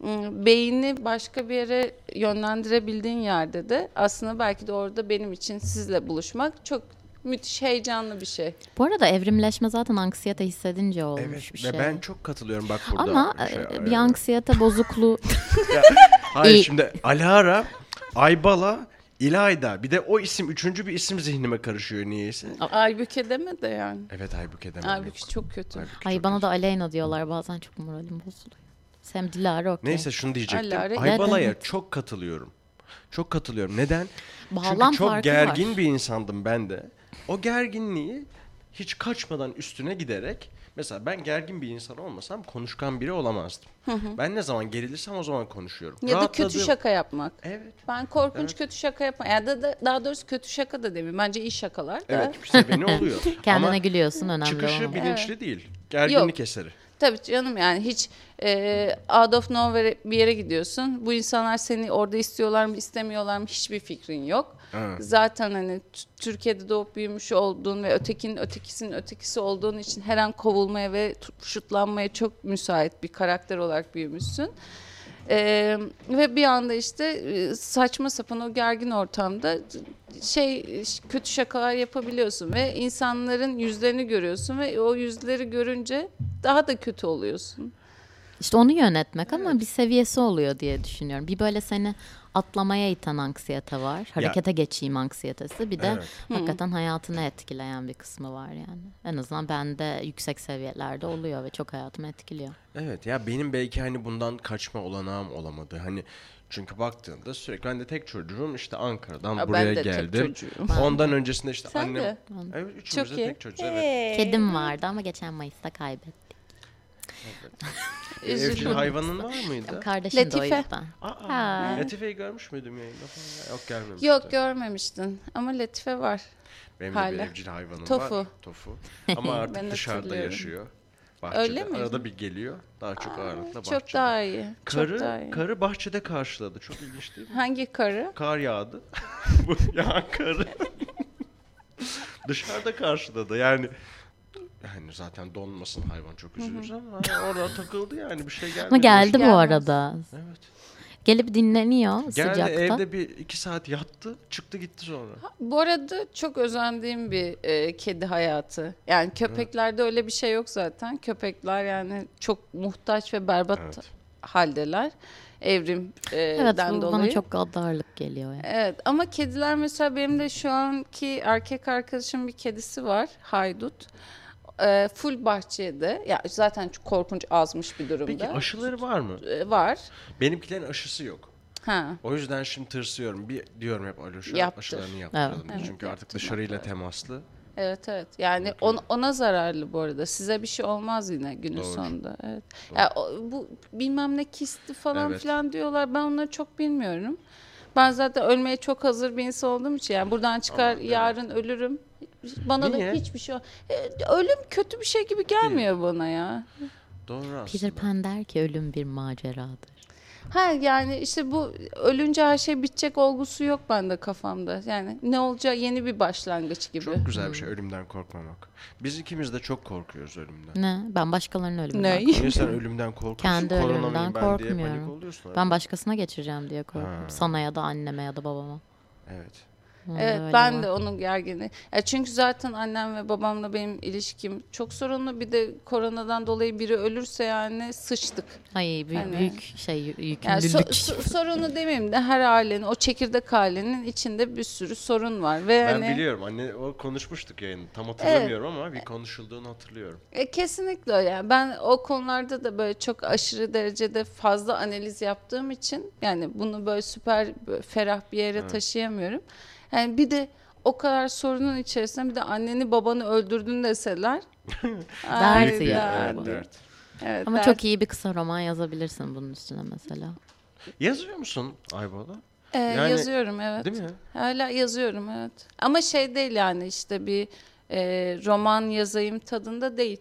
beyni başka bir yere yönlendirebildiğin yerde de aslında belki de orada benim için sizle buluşmak çok müthiş heyecanlı bir şey. Bu arada evrimleşme zaten anksiyete hissedince olmuş Evet bir ve şey. ben çok katılıyorum bak burada. Ama bir anksiyete bozukluğu Hayır İyi. şimdi Alara, Aybala, İlayda. Bir de o isim üçüncü bir isim zihnime karışıyor niyeyse. Aybüke deme de yani. Evet Aybüke demem. Aybüke çok kötü. Aybüke Ay çok bana kötü. da Aleyna diyorlar bazen çok moralim bozuluyor. Sem Dilara okey. Neyse şunu diyecektim. Alara- Aybala'ya Evet. çok katılıyorum. Çok katılıyorum. Neden? Bağlam Çünkü çok farkı gergin var. bir insandım ben de. O gerginliği hiç kaçmadan üstüne giderek mesela ben gergin bir insan olmasam konuşkan biri olamazdım. Ben ne zaman gerilirsem o zaman konuşuyorum. Ya da kötü Rahatladığım- şaka yapmak. Evet. Ben korkunç kötü şaka yapmam. Ya da daha doğrusu kötü şaka da demeyeyim. Bence iyi şakalar da. Evet, sebeni oluyor. Kendine Ama gülüyorsun önemli çıkışı olan. bilinçli değil. Gerginlik Yok. eseri. Tabii canım, yani hiç out of nowhere bir yere gidiyorsun. Bu insanlar seni orada istiyorlar mı istemiyorlar mı hiçbir fikrin yok. Evet. Zaten hani Türkiye'de doğup büyümüş olduğun ve ötekinin ötekisinin ötekisi olduğun için her an kovulmaya ve şutlanmaya çok müsait bir karakter olarak büyümüşsün. Ve bir anda işte saçma sapan o gergin ortamda kötü şakalar yapabiliyorsun ve insanların yüzlerini görüyorsun ve o yüzleri görünce daha da kötü oluyorsun. İşte onu yönetmek ama bir seviyesi oluyor diye düşünüyorum. Bir böyle seni atlamaya iten anksiyete var. Harekete geçeyim anksiyetesi. Bir de hakikaten hayatını etkileyen bir kısmı var yani. En azından bende yüksek seviyelerde oluyor ve çok hayatımı etkiliyor. Evet ya, benim belki hani bundan kaçma olanağım olamadı. Hani çünkü baktığında sürekli ben de tek çocuğum, işte Ankara'dan buraya Ben de geldim. tek çocuğum. Ondan öncesinde işte Sen annem. de. Evet, üçümüz Çok de iyi. tek çocuğuz. Evet. Kedim vardı ama geçen Mayıs'ta kaybettim. Evcil Üzüldüm. hayvanın var mıydı? Kardeşim de o Latife. yüzden. Ha. Latife'yi görmüş müydüm yayında falan? Yok, gelmemişti. Yok, görmemiştin ama Latife var. Benim de bir hala. evcil hayvanım Tofu. var. Tofu. Ama artık Ben dışarıda hatırlıyorum. yaşıyor. Bahçede. Öyle mi? Arada bir geliyor. Daha çok ağırlıkla bahçede. Çok daha iyi. Çok daha iyi. Karı bahçede karşıladı. Çok ilginç değil mi? Hangi karı? Kar yağdı. Bu yağan karı. Dışarıda karşıladı. Yani zaten donmasın hayvan, çok üzülürüz ama orada takıldı yani, bir şey gelmedi. Ama geldi bu Gelmez. arada. Evet. Gelip dinleniyor Geldi, sıcakta. evde bir 2 saat yattı, çıktı gitti sonra. Bu arada çok özendiğim bir kedi hayatı. Yani köpeklerde öyle bir şey yok zaten. Köpekler yani çok muhtaç ve berbat Evet. haldeler. Evrimden Evet, bu dolayı. bana çok gaddarlık geliyor. Yani. Evet, ama kediler mesela, benim de şu anki erkek arkadaşım bir kedisi var. Haydut. Full bahçede. Ya zaten çok korkunç azmış bir durumda. Peki aşıları var mı? Var. Benimkilerin aşısı yok. Ha. O yüzden şimdi tırsıyorum. Bir diyorum hep Aluş'a Yaptır. aşılarını yaptıralım. Evet. Çünkü artık yaptırmak dışarıyla lazım. temaslı. Evet. Yani ona zararlı bu arada. Size bir şey olmaz yine günün Doğru. sonunda. Evet. Ya, bu bilmem ne kisti falan Evet. filan diyorlar. Ben onları çok bilmiyorum. Ben zaten ölmeye çok hazır bir insan olduğum için, yani buradan çıkar Aman, yarın ölürüm. Bana Niye? da hiçbir şey ölüm kötü bir şey gibi gelmiyor bana ya. Doğru aslında. Peter Pan der ki ölüm bir maceradır. Yani işte bu ölünce her şey bitecek olgusu yok bende kafamda. Yani ne olacağı yeni bir başlangıç gibi. Çok güzel bir şey ölümden korkmamak. Biz ikimiz de çok korkuyoruz ölümden. Ne? Ben başkalarının ölümünden Ne? korkuyorum. Niye sen ölümden korkuyorsun? Kendi Korona ölümümden mıyım ben diye korkmuyorum. panik oluyorsun. Ben başkasına geçireceğim diye korkuyorum. Ha. Sana ya da anneme ya da babama. Evet. Onda Evet, öyle ben var. de onun gergini. Çünkü zaten annem ve babamla benim ilişkim çok sorunlu. Bir de koronadan dolayı biri ölürse yani sıçtık. Ay Hani- büyük şey Yani yükümlülük. sorunu demeyeyim de her ailenin, o çekirdek ailenin içinde bir sürü sorun var. Ve Ben hani, biliyorum. Anne o konuşmuştuk yayında. Tam hatırlamıyorum ama bir konuşulduğunu hatırlıyorum. Kesinlikle öyle. Yani ben o konularda da böyle çok aşırı derecede fazla analiz yaptığım için yani bunu böyle süper böyle ferah bir yere taşıyamıyorum. Yani bir de o kadar sorunun içerisinde bir de anneni babanı öldürdün deseler. Dert ay, ya. Evet, dert. Evet, Ama dert. çok iyi bir kısa roman yazabilirsin bunun üstüne mesela. Yazıyor musun Aybola? Yazıyorum, evet. Değil mi? Hala yazıyorum, evet. Ama şey değil yani, işte bir roman yazayım tadında değil.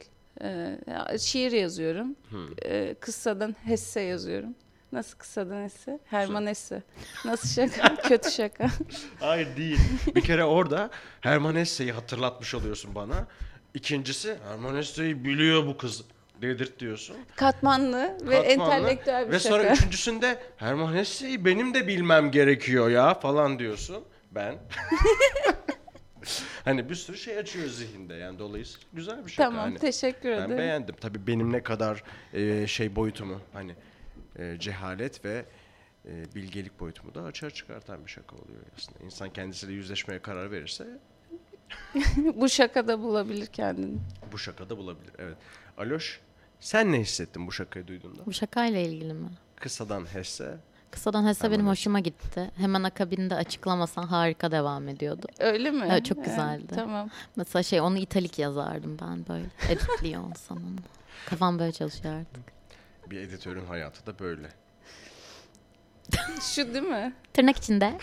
Şiir yazıyorum. Kıssadan hesse yazıyorum. Nasıl kıssadan hesse? Herman Hesse. Nasıl şaka? Kötü şaka. Hayır değil. Bir kere orada Herman Hesse'yi hatırlatmış oluyorsun bana. İkincisi Herman Hesse'yi biliyor bu kız dedirt diyorsun. Katmanlı ve entelektüel bir ve şaka. sonra üçüncüsünde Herman Hesse'yi benim de bilmem gerekiyor ya falan diyorsun. Ben. Hani bir sürü şey açıyor zihinde yani, dolayısıyla güzel bir şaka. Tamam, hani. teşekkür Ben ederim. beğendim. Tabii benim ne kadar boyutumu hani cehalet ve bilgelik boyutumu da açığa çıkartan bir şaka oluyor aslında. İnsan kendisiyle yüzleşmeye karar verirse Bu şakada bulabilir kendini. bu şakada bulabilir. Evet. Aloş, sen ne hissettin bu şakayı duyduğunda? Bu şakayla ilgili mi? Kısadan Hesse. Kısadan Hesse benim Herman hoşuma gitti. Hemen akabinde açıklamasan harika devam ediyordu. Öyle mi? Evet, çok güzeldi. Tamam. Mesela onu italik yazardım ben böyle. Editliyor olsam onu. Kafam böyle çalışıyor artık. Bir editörün hayatı da böyle. Şu değil mi? Tırnak içinde.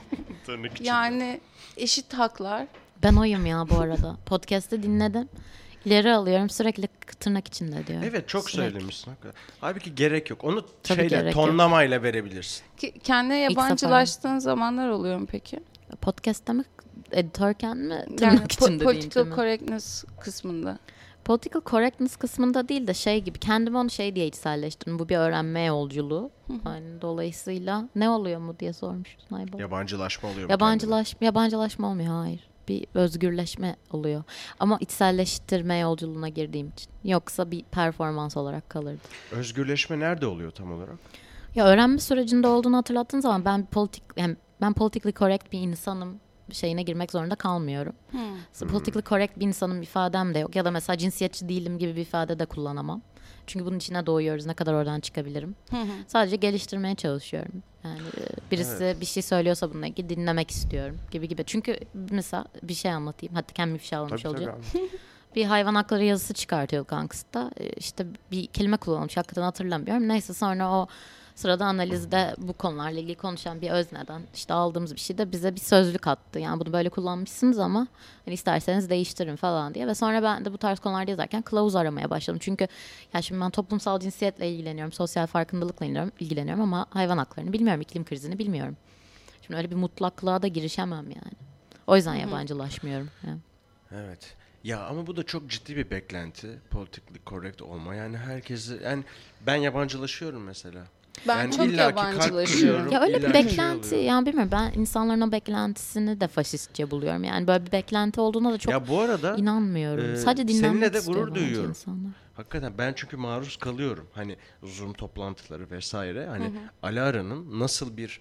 Tırnak içinde. Yani eşit haklar. Ben oyum ya bu arada. Podcast'te dinledim. İleri alıyorum, sürekli tırnak içinde diyorum. Evet, çok Sürekli. söylemişsin. Halbuki gerek yok. Onu Tabii gerek yok. tonlamayla verebilirsin. Kendine yabancılaştığın zamanlar oluyor mu peki? Podcast'ta mı, editörken mi, tırnak Yani içinde deyince political mi? correctness kısmında. Political correctness kısmında değil de şey gibi, kendimi onu şey diye içselleştirdim. Bu bir öğrenme yolculuğu. Yani dolayısıyla ne oluyor mu diye sormuştun Aybol. Yabancılaşma oluyor mu? Yabancılaşma olmuyor, hayır. Bir özgürleşme oluyor. Ama içselleştirme yolculuğuna girdiğim için. Yoksa bir performans olarak kalırdı. Özgürleşme nerede oluyor tam olarak? Ya öğrenme sürecinde olduğunu hatırlattığın zaman ben politically correct bir insanım şeyine girmek zorunda kalmıyorum. Politically correct bir insanım ifadem de yok. Ya da mesela cinsiyetçi değilim gibi bir ifade de kullanamam. Çünkü bunun içine doğuyoruz. Ne kadar oradan çıkabilirim. Sadece geliştirmeye çalışıyorum. Yani birisi bir şey söylüyorsa bununla ilgili dinlemek istiyorum gibi. Çünkü mesela bir şey anlatayım. Hatta kendimi ifşalamış olacağım. Bir hayvan hakları yazısı çıkartıyor Kankst'ta. İşte bir kelime kullanılmış. Hakikaten hatırlamıyorum. Neyse sonra o sırada analizde bu konularla ilgili konuşan bir özneden işte aldığımız bir şey de bize bir sözlük attı. Yani bunu böyle kullanmışsınız ama hani isterseniz değiştirin falan diye. Ve sonra ben de bu tarz konularda yazarken kılavuz aramaya başladım. Çünkü ya şimdi ben toplumsal cinsiyetle ilgileniyorum, sosyal farkındalıkla ilgileniyorum ama hayvan haklarını bilmiyorum, iklim krizini bilmiyorum. Şimdi öyle bir mutlaklığa da girişemem yani. O yüzden yabancılaşmıyorum. Yani. Evet. Ya ama bu da çok ciddi bir beklenti. Politically correct olma. Yani herkesi, yani ben yabancılaşıyorum mesela. Ben yani çok illaki yabancılaşıyorum. Ya öyle bir illaki beklenti, oluyor. yani bilmiyorum, ben insanların o beklentisini de faşistçe buluyorum. Yani böyle bir beklenti olduğuna da çok Ya bu arada inanmıyorum. Sadece dinlenmek seninle de istiyor gurur bence duyuyorum. insanlar. Hakikaten ben çünkü maruz kalıyorum. Hani Zoom toplantıları vesaire. Hani Alara'nın nasıl bir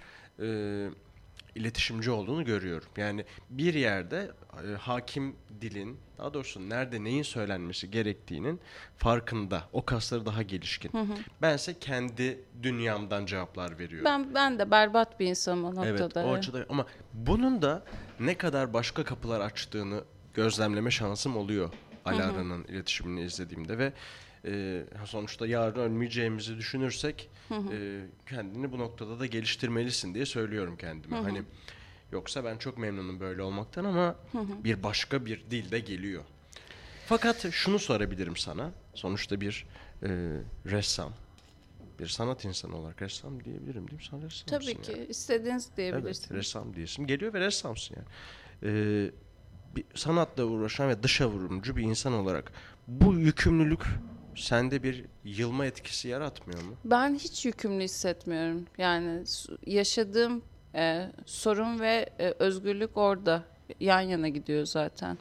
iletişimci olduğunu görüyorum. Yani bir yerde hakim dilin, daha doğrusu nerede neyin söylenmesi gerektiğinin farkında. O kasları daha gelişkin. Bense kendi dünyamdan cevaplar veriyorum. Ben de berbat bir insanım o noktada. Evet, o açıdan, ama bunun da ne kadar başka kapılar açtığını gözlemleme şansım oluyor Alara'nın iletişimini izlediğimde ve sonuçta yarın ölmeyeceğimizi düşünürsek kendini bu noktada da geliştirmelisin diye söylüyorum kendime. Hani yoksa ben çok memnunum böyle olmaktan ama bir başka bir dil de geliyor. Fakat şunu sorabilirim sana. Sonuçta bir ressam, bir sanat insanı olarak ressam diyebilirim değil mi? Sen ressamsın. Tabii ki. Yani. İstediğiniz diyebilirsiniz. Evet, ressam diyesin geliyor ve ressamsın yani. Bir sanatla uğraşan ve dışa vurumcu bir insan olarak bu yükümlülük sende bir yılma etkisi yaratmıyor mu? Ben hiç yükümlü hissetmiyorum. Yani yaşadığım sorun ve özgürlük orada yan yana gidiyor zaten.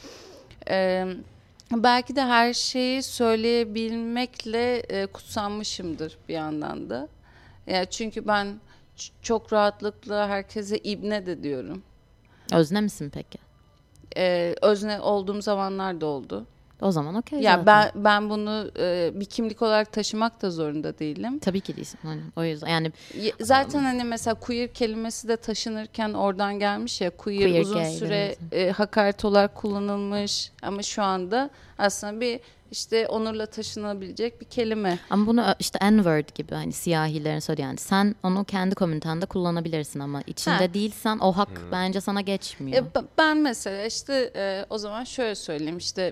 Belki de her şeyi söyleyebilmekle kutsanmışımdır bir yandan da. Ya çünkü ben çok rahatlıkla herkese ibne de diyorum. Özne misin peki? Özne olduğum zamanlar da oldu. O zaman okey Ya zaten. ben bunu bir kimlik olarak taşımak da zorunda değilim. Tabii ki değilsin. Hani o yüzden yani Zaten hani mesela queer kelimesi de taşınırken oradan gelmiş ya, queer uzun gay, süre hakaret olarak kullanılmış ama şu anda aslında bir işte onurla taşınabilecek bir kelime. ama bunu işte N-word gibi hani siyahilerin söylediği, yani sen onu kendi komünitende kullanabilirsin ama içinde değilsen o hak bence sana geçmiyor. Ben mesela işte o zaman şöyle söyleyeyim işte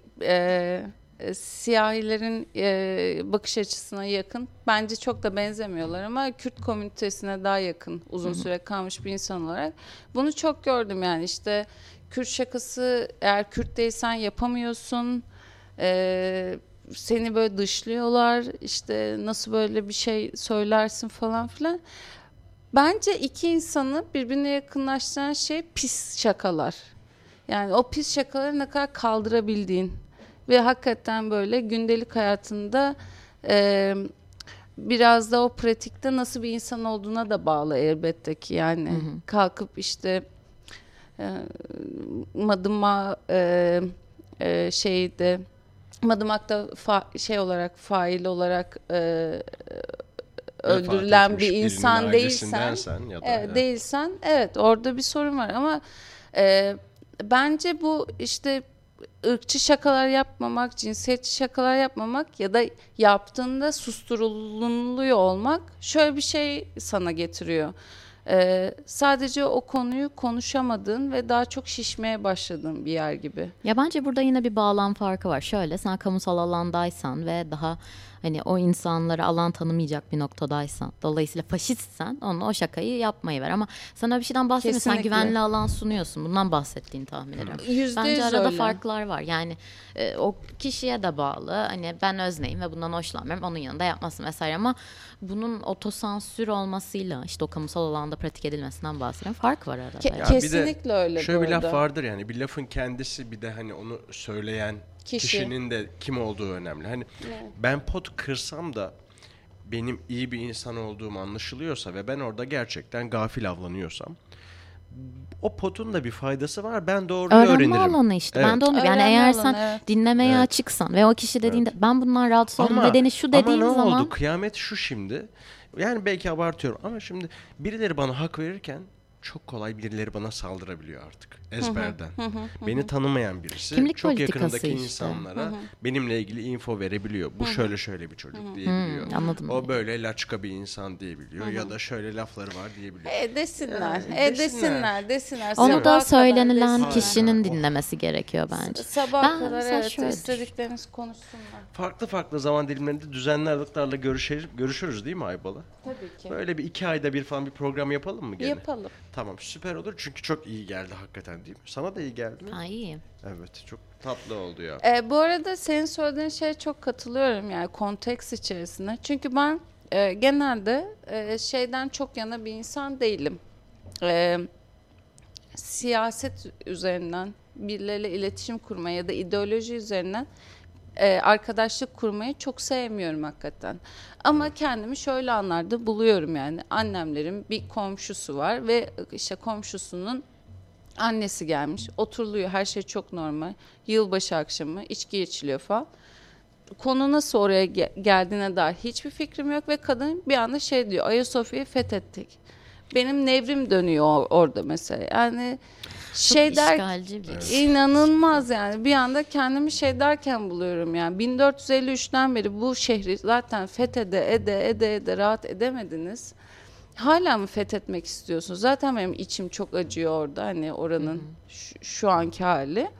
siyahilerin bakış açısına yakın, bence çok da benzemiyorlar ama Kürt komünitesine daha yakın uzun süre kalmış bir insan olarak bunu çok gördüm. Yani işte Kürt şakası, eğer Kürt değilsen yapamıyorsun, seni böyle dışlıyorlar, işte nasıl böyle bir şey söylersin falan filan. Bence iki insanı birbirine yakınlaştıran şey pis şakalar. Yani o pis şakaları ne kadar kaldırabildiğin ve hakikaten böyle gündelik hayatında biraz da o pratikte nasıl bir insan olduğuna da bağlı elbette ki. Yani kalkıp işte madıma şeyde madımakta şey olarak, fail olarak öldürülen bir insan değilsen, ya da evet, değilsen, evet, orada bir sorun var ama bence bu işte ırkçı şakalar yapmamak, cinsiyetçi şakalar yapmamak ya da yaptığında susturuluyor olmak şöyle bir şey sana getiriyor. Sadece o konuyu konuşamadığın ve daha çok şişmeye başladığın bir yer gibi. Ya bence burada yine bir bağlam farkı var. Şöyle, sen kamusal alandaysan ve daha hani o insanlara alan tanımayacak bir noktadaysan, dolayısıyla faşistsen, onunla o şakayı yapmayı ver. Ama sana bir şeyden bahsetmiyorsun. Sen Kesinlikle. güvenli alan sunuyorsun. Bundan bahsettiğini tahmin ediyorum. %100 Bence arada öyle. farklar var. Yani o kişiye de bağlı. Hani ben özneyim ve bundan hoşlanmıyorum. Onun yanında yapmasın vesaire, ama bunun otosansür olmasıyla işte o kamusal alanda pratik edilmesinden bahsediyorum. Fark var arada. Ke- yani. bir de Kesinlikle öyle Şöyle bu bir laf arada. vardır yani, bir lafın kendisi, bir de hani onu söyleyen Kişi. kişinin de kim olduğu önemli. Hani ben pot kırsam da benim iyi bir insan olduğum anlaşılıyorsa ve ben orada gerçekten gafil avlanıyorsam, o potun da bir faydası var. Ben doğruyu Öğrenme öğrenirim. alanı işte. Evet. Ben de onu yani Öğrenme eğer alanı, sen evet. dinlemeye Evet. açıksan ve o kişi dediğinde ben bundan rahatsız oldum nedeni şu dediğin ama ne zaman oldu? Kıyamet şu şimdi. Yani belki abartıyorum ama şimdi birileri bana hak verirken çok kolay birileri bana saldırabiliyor artık ezberden. Beni tanımayan birisi Kimlik çok politikası yakınındaki işte. insanlara benimle ilgili info verebiliyor. Bu şöyle şöyle bir çocuk diyebiliyor. anladım. O böyle laçka bir insan diyebiliyor ya da şöyle lafları var diyebiliyor. Desinler. Yani Desinler. Onu Sabaha da kadar söylenilen desinler. kişinin Oh. dinlemesi gerekiyor bence. Sabaha Ben kadar mesela evet şöyle istedikleriniz konuşsunlar. Farklı zaman dilimlerinde düzenli aralıklarla görüşürüz değil mi Aybala? Tabii ki. Böyle bir 2 ayda bir falan bir program yapalım mı gene? Yapalım. Tamam, süper olur çünkü çok iyi geldi hakikaten, değil mi? Sana da iyi geldi mi? Ha, iyi. Evet, çok tatlı oldu ya. Bu arada senin söylediğin şeye çok katılıyorum yani konteks içerisinde. Çünkü ben genelde şeyden çok yana bir insan değilim. Siyaset üzerinden birileriyle iletişim kurmayı ya da ideoloji üzerinden arkadaşlık kurmayı çok sevmiyorum hakikaten. Ama kendimi şöyle anlarda buluyorum yani. Annemlerin bir komşusu var ve işte komşusunun annesi gelmiş. Oturuluyor, her şey çok normal. Yılbaşı akşamı içki içiliyor falan. Konu nasıl oraya geldiğine dair hiçbir fikrim yok ve kadın bir anda şey diyor. Ayasofya'yı fethettik. Benim nevrim dönüyor orada mesela. Yani Çok şey der, işgalci bir. inanılmaz yani. Bir anda kendimi şey derken buluyorum yani. 1453'ten beri bu şehri zaten ede rahat edemediniz. Hala mı fethetmek istiyorsunuz? Zaten benim içim çok acıyor orada. Hani oranın şu anki hali.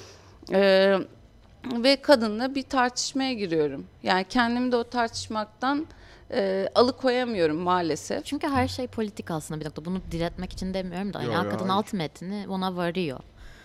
Ve kadınla bir tartışmaya giriyorum. Yani kendimi de o tartışmaktan alıkoyamıyorum maalesef. Çünkü her şey politik aslında bir nokta. Bunu diretmek için demiyorum da. Yo, Yani hakikaten hayır. alt metni ona varıyor.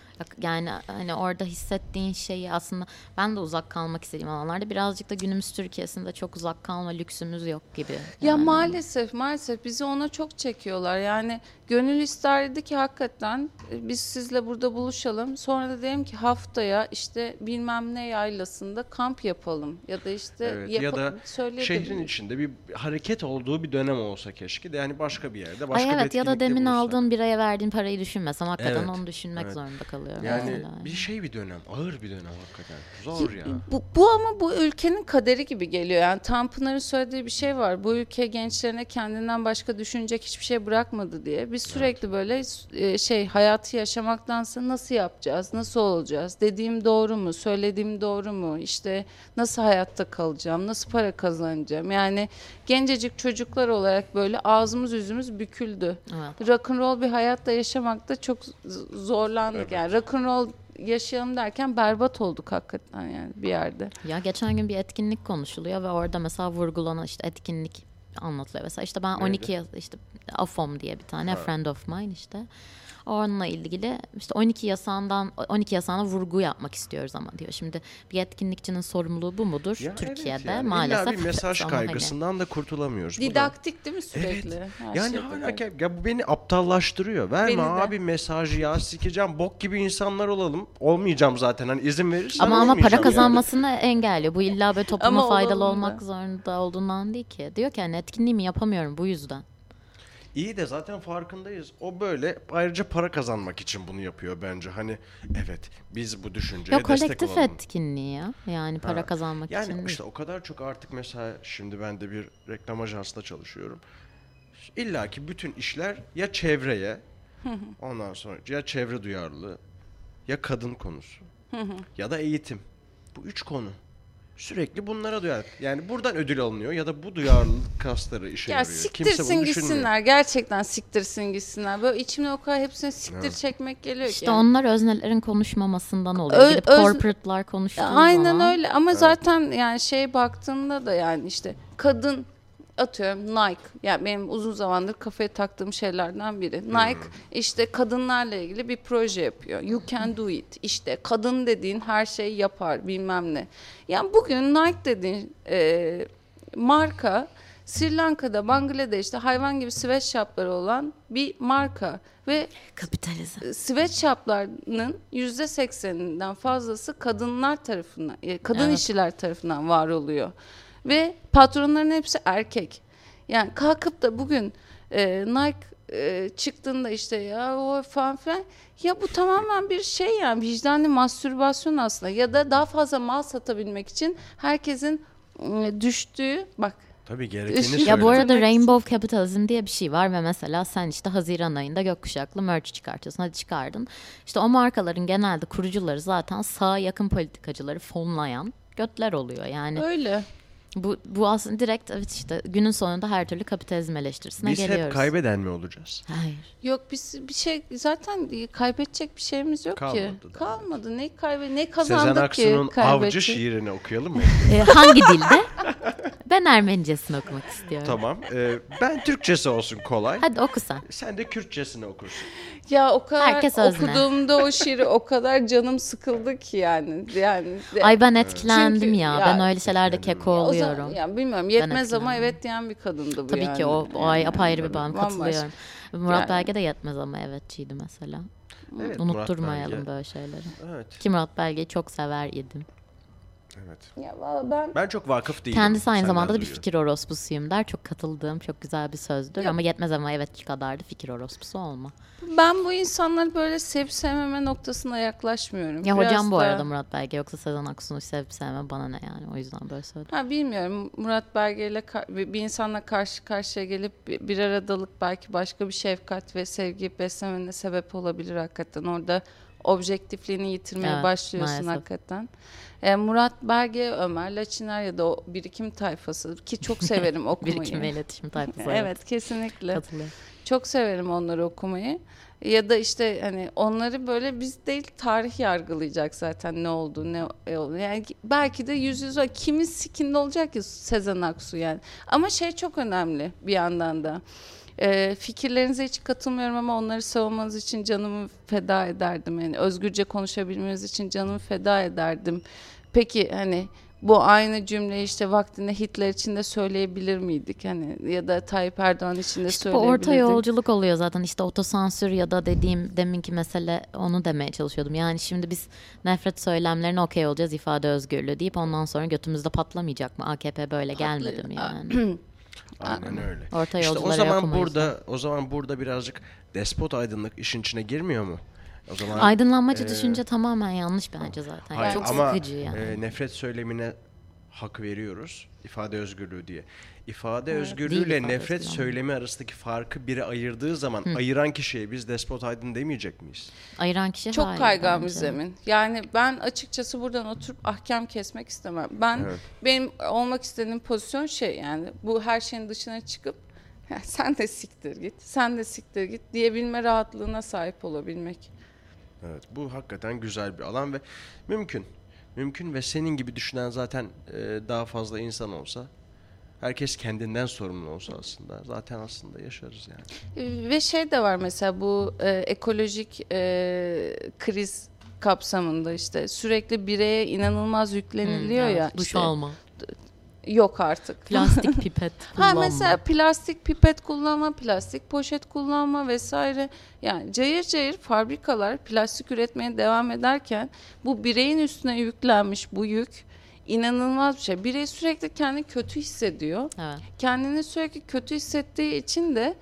Yani hani orada hissettiğin şeyi aslında ben de uzak kalmak istediğim alanlarda birazcık da günümüz Türkiye'sinde çok uzak kalma lüksümüz yok gibi. Ya Yani. maalesef bizi ona çok çekiyorlar. Yani gönül isterdi ki hakikaten biz sizle burada buluşalım. Sonra da diyelim ki haftaya işte bilmem ne yaylasında kamp yapalım. Ya da işte Evet, ya da söyleyebilirim. şehrin içinde bir hareket olduğu bir dönem olsa keşke de, yani başka bir yerde, Ay başka bir evet, ya da etkinlikte demin buluşsak. aldığın biraya verdiğin parayı düşünmesem hakikaten Evet, onu düşünmek evet. zorunda kalıyorum. Yani mesela. bir dönem, ağır bir dönem hakikaten. Zor ya. Bu ama bu ülkenin kaderi gibi geliyor. Yani Tanpınar'ın söylediği bir şey var. Bu ülke gençlerine kendinden başka düşünecek hiçbir şey bırakmadı diye. Biz sürekli böyle hayatı yaşamaktansa nasıl yapacağız, nasıl olacağız, dediğim doğru mu, söylediğim doğru mu, işte nasıl hayatta kalacağım, nasıl para kazanacağım. Yani gencecik çocuklar olarak böyle ağzımız yüzümüz büküldü. Evet. Rock'n'roll bir hayatta yaşamakta çok zorlandık. Evet. Yani rock'n'roll yaşayalım derken berbat olduk hakikaten yani bir yerde. Ya geçen gün bir etkinlik konuşuluyor ve orada mesela vurgulanan işte etkinlik anlatılıyor. Mesela işte ben Neydi? 12 işte AFOM diye bir tane, a friend of mine işte. Onunla ilgili işte 12 yasağına vurgu yapmak istiyoruz ama diyor. Şimdi bir etkinlikçinin sorumluluğu bu mudur? Ya Türkiye'de evet yani. maalesef. İlla bir mesaj Ama hani- kaygısından da kurtulamıyoruz. Bu da- Didaktik değil mi sürekli? Evet. Her Yani şeyde hala böyle. ya bu beni aptallaştırıyor. Verme Beni de. abi mesajı ya, sikeceğim. Bok gibi insanlar olalım. Olmayacağım zaten. Hani izin verirsen Ama para olmayacağım kazanmasını engelliyor. Bu illa böyle topluma Ama faydalı olalım da. olmak zorunda olduğundan değil ki. Diyor ki hani etkinliğimi yapamıyorum bu yüzden. İyi de zaten farkındayız. O böyle ayrıca para kazanmak için bunu yapıyor bence. Hani evet, biz bu düşünceye Ya destek kolektif olalım. etkinliği ya. Yani para Ha. kazanmak için Yani değil. işte o kadar çok artık, mesela şimdi ben de bir reklam ajansında çalışıyorum. İlla ki bütün işler ya çevreye, ondan sonra ya çevre duyarlılığı, ya kadın konusu, ya da eğitim. Bu 3 konu. sürekli bunlara duyar. Yani buradan ödül alınıyor ya da bu duyarlılık kasları işe Ya yarıyor. siktirsin gitsinler. Gerçekten siktirsin gitsinler. Böyle içimde o kadar hepsine siktir çekmek geliyor ki. İşte yani. onlar öznelerin konuşmamasından oluyor. Gidip corporate'lar konuştuğu Aynen zaman. öyle ama zaten yani baktığında da yani işte kadın atıyorum Nike. Yani benim uzun zamandır kafaya taktığım şeylerden biri. Nike işte kadınlarla ilgili bir proje yapıyor. You can do it. İşte kadın dediğin her şeyi yapar bilmem ne. Yani bugün Nike dediğin marka Sri Lanka'da, Bangladeş'te hayvan gibi sweatshopları olan bir marka ve Kapitalizm. sweatshoplarının %80'inden fazlası kadınlar tarafından, kadın işçiler tarafından var oluyor. Ve patronların hepsi erkek. Yani kalkıp da bugün Nike çıktığında işte ya o falan filan ya bu tamamen bir şey yani vicdanlı mastürbasyon aslında ya da daha fazla mal satabilmek için herkesin düştüğü bak. Tabii gerekeni Ya söyle. Ya bu arada Rainbow Capitalism diye bir şey var ve mesela sen işte Haziran ayında gökkuşaklı merch çıkartıyorsun. Hadi çıkardın. İşte o markaların genelde kurucuları zaten sağa yakın politikacıları fonlayan götler oluyor. Yani Öyle. bu aslında direkt evet işte günün sonunda her türlü kapitalizm eleştirisine Biz geliyoruz. hep kaybeden mi olacağız? Hayır. Yok biz bir şey zaten kaybedecek bir şeyimiz yok Kalmadı ki. da. Kalmadı. Ne Sezen kazandık ki Aksu'nun kaybedecek? Avcı şiirini okuyalım mı? Hangi dilde? Ben Ermenicesini okumak istiyorum. Tamam. Ben Türkçesi olsun kolay. Hadi oku sen. Sen de Kürtçesini okursun. Ya o kadar Herkes özne. okuduğumda o şiiri o kadar canım sıkıldı ki yani. Ay ben etkilendim Çünkü ya. ya- Ben öyle şeylerde Etkilendim. keko O zaman, oluyorum. ya bilmiyorum yetmez ama etkilendim. evet diyen bir kadındı bu Tabii yani. ki o ay apayrı bir Tabii, ben bambaşka. katılıyorum. Murat Yani. Belge de yetmez ama evetçiydi mesela. Evet, Unutturmayalım Murat Belge. böyle şeyleri. Evet. Ki Murat Belge'yi çok sever idim. Evet. Ya valla ben Ben çok vakıf değilim. Kendisi aynı Senden zamanda da bir duyuyorum. fikir orospusuyum der. Çok katıldığım çok güzel bir sözdür. Ama yetmez ama evet kadar da fikir orospusu olma. bu insanları böyle sevip sevmeme noktasına yaklaşmıyorum. Ya Biraz hocam bu da- arada Murat Belge yoksa Sezen Aksu'nu sevip sevme bana ne yani. O yüzden böyle söyledim. Ha bilmiyorum Murat Belge ile bir insanla karşı karşıya gelip bir aradalık belki başka bir şefkat ve sevgi beslemene sebep olabilir hakikaten. Orada objektifliğini yitirmeye Evet, başlıyorsun maalesef. hakikaten. Murat Belge, Ömer Laçiner ya da o birikim tayfası ki çok severim okumayı. Birikim ve iletişim tayfası. Evet kesinlikle. Katılıyorum. Çok severim onları okumayı. Ya da işte hani onları böyle biz değil tarih yargılayacak zaten ne oldu ne oldu. Yani belki de yüz kimin sikinde olacak ki Sezen Aksu yani. Ama çok önemli bir yandan da. Fikirlerinize hiç katılmıyorum ama onları savunmanız için canımı feda ederdim. Yani özgürce konuşabilmeniz için canımı feda ederdim. Peki hani bu aynı cümleyi işte vaktinde Hitler için de söyleyebilir miydik? Hani ya da Tayyip Erdoğan için de İşte bu söyleyebilirdik. orta yolculuk oluyor zaten işte otosansür ya da dediğim deminki mesele onu demeye çalışıyordum. Yani şimdi biz nefret söylemlerine okey olacağız ifade özgürlüğü deyip ondan sonra götümüzde patlamayacak mı? AKP böyle gelmedi mi yani? Aynen öyle. Orta İşte yolculara okumayız. o zaman burada birazcık despot aydınlık işin içine girmiyor mu? O zaman Aydınlanmacı düşünce tamamen yanlış bence zaten. hayır, Çok ama sıkıcı yani. nefret söylemine hak veriyoruz. İfade özgürlüğü diye. İfade Değil özgürlüğüyle ifade nefret özgürlüğü. söylemi arasındaki farkı biri ayırdığı zaman ayıran kişiye biz despot aydın demeyecek miyiz? Ayıran kişi Çok hayır kaygan bir bence. zemin. Yani ben açıkçası buradan oturup ahkam kesmek istemem. Evet. Benim olmak istediğim pozisyon yani bu her şeyin dışına çıkıp "Ya sen de siktir git, sen de siktir git diyebilme rahatlığına sahip olabilmek. Evet, bu hakikaten güzel bir alan ve mümkün. Mümkün ve senin gibi düşünen zaten daha fazla insan olsa, herkes kendinden sorumlu olsa zaten yaşarız yani. Ve de var mesela bu ekolojik kriz kapsamında işte sürekli bireye inanılmaz yükleniliyor Evet, ya. Duş işte, alma. yok artık. Plastik pipet kullanma. Mesela plastik pipet kullanma, plastik poşet kullanma vesaire. Yani cayır cayır fabrikalar plastik üretmeye devam ederken bu bireyin üstüne yüklenmiş bu yük inanılmaz bir şey. Birey sürekli kendini kötü hissediyor. Evet. Kendini sürekli kötü hissettiği için de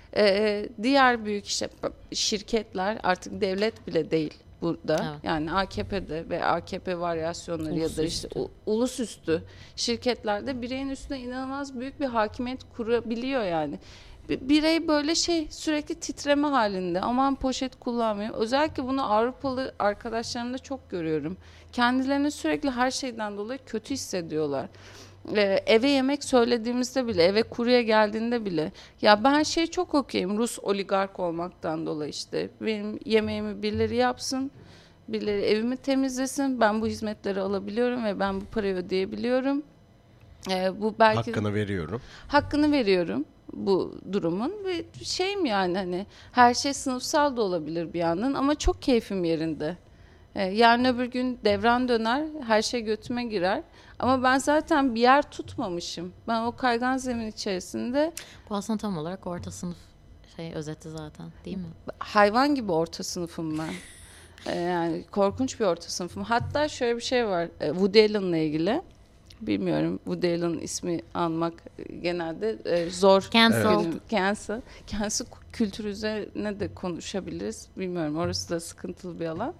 diğer büyük şirketler artık devlet bile değil burada. Evet. Yani AKP'de ve AKP varyasyonları ya da işte ulusüstü şirketlerde bireyin üstüne inanılmaz büyük bir hakimiyet kurabiliyor yani. birey böyle sürekli titreme halinde. Aman poşet kullanmıyor. Özellikle bunu Avrupalı arkadaşlarımda çok görüyorum. Kendilerini sürekli her şeyden dolayı kötü hissediyorlar. Eve yemek söylediğimizde bile, eve kurye geldiğinde bile, ya ben çok okeyim Rus oligark olmaktan dolayı, işte benim yemeğimi birileri yapsın, birileri evimi temizlesin, ben bu hizmetleri alabiliyorum ve ben bu parayı ödeyebiliyorum. Bu belki hakkını veriyorum bu durumun ve yani hani her şey sınıfsal da olabilir bir yandan ama çok keyfim yerinde. Yarın öbür gün devran döner, her şey götüme girer. Ama ben zaten bir yer tutmamışım. Ben o kaygan zemin içerisinde... Bu aslında tam olarak orta sınıf özeti zaten, değil mi? Hayvan gibi orta sınıfım ben. Yani korkunç bir orta sınıfım. Hatta şöyle bir şey var. Woody Allen'la ilgili. Bilmiyorum, Woody Allen'ın ismi anmak genelde zor. Cancel kültürü üzerine de konuşabiliriz. Bilmiyorum, orası da sıkıntılı bir alan.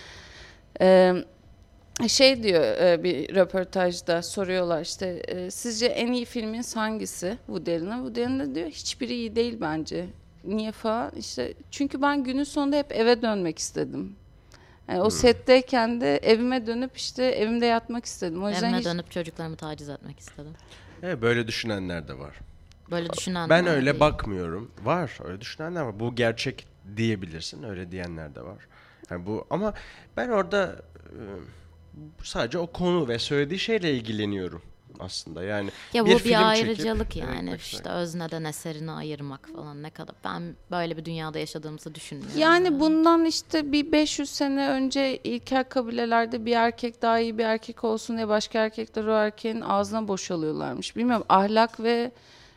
Diyor bir röportajda, soruyorlar işte sizce en iyi filminiz hangisi Woody Allen'a? Woody Allen de diyor hiçbiri iyi değil bence. Niye falan? İşte çünkü ben günün sonunda hep eve dönmek istedim. Yani o setteyken de evime dönüp işte evimde yatmak istedim. O yüzden evime dönüp çocuklarımı taciz etmek istedim. Böyle düşünenler de var. Böyle düşünenler ben öyle değil. Bakmıyorum. Var, öyle düşünenler var. Bu gerçek diyebilirsin. Öyle diyenler de var. Yani bu, ama ben orada sadece o konu ve söylediği şeyle ilgileniyorum aslında. Yani ya bu bir ayrıcalık çekip, yani işte özneden eserini ayırmak falan, ne kadar ben böyle bir dünyada yaşadığımızı düşünmüyorum. Yani bundan işte bir 500 sene önce ilkel kabilelerde bir erkek daha iyi bir erkek olsun diye başka erkekler o erkeğin ağzına boşalıyorlarmış. Bilmiyorum, ahlak ve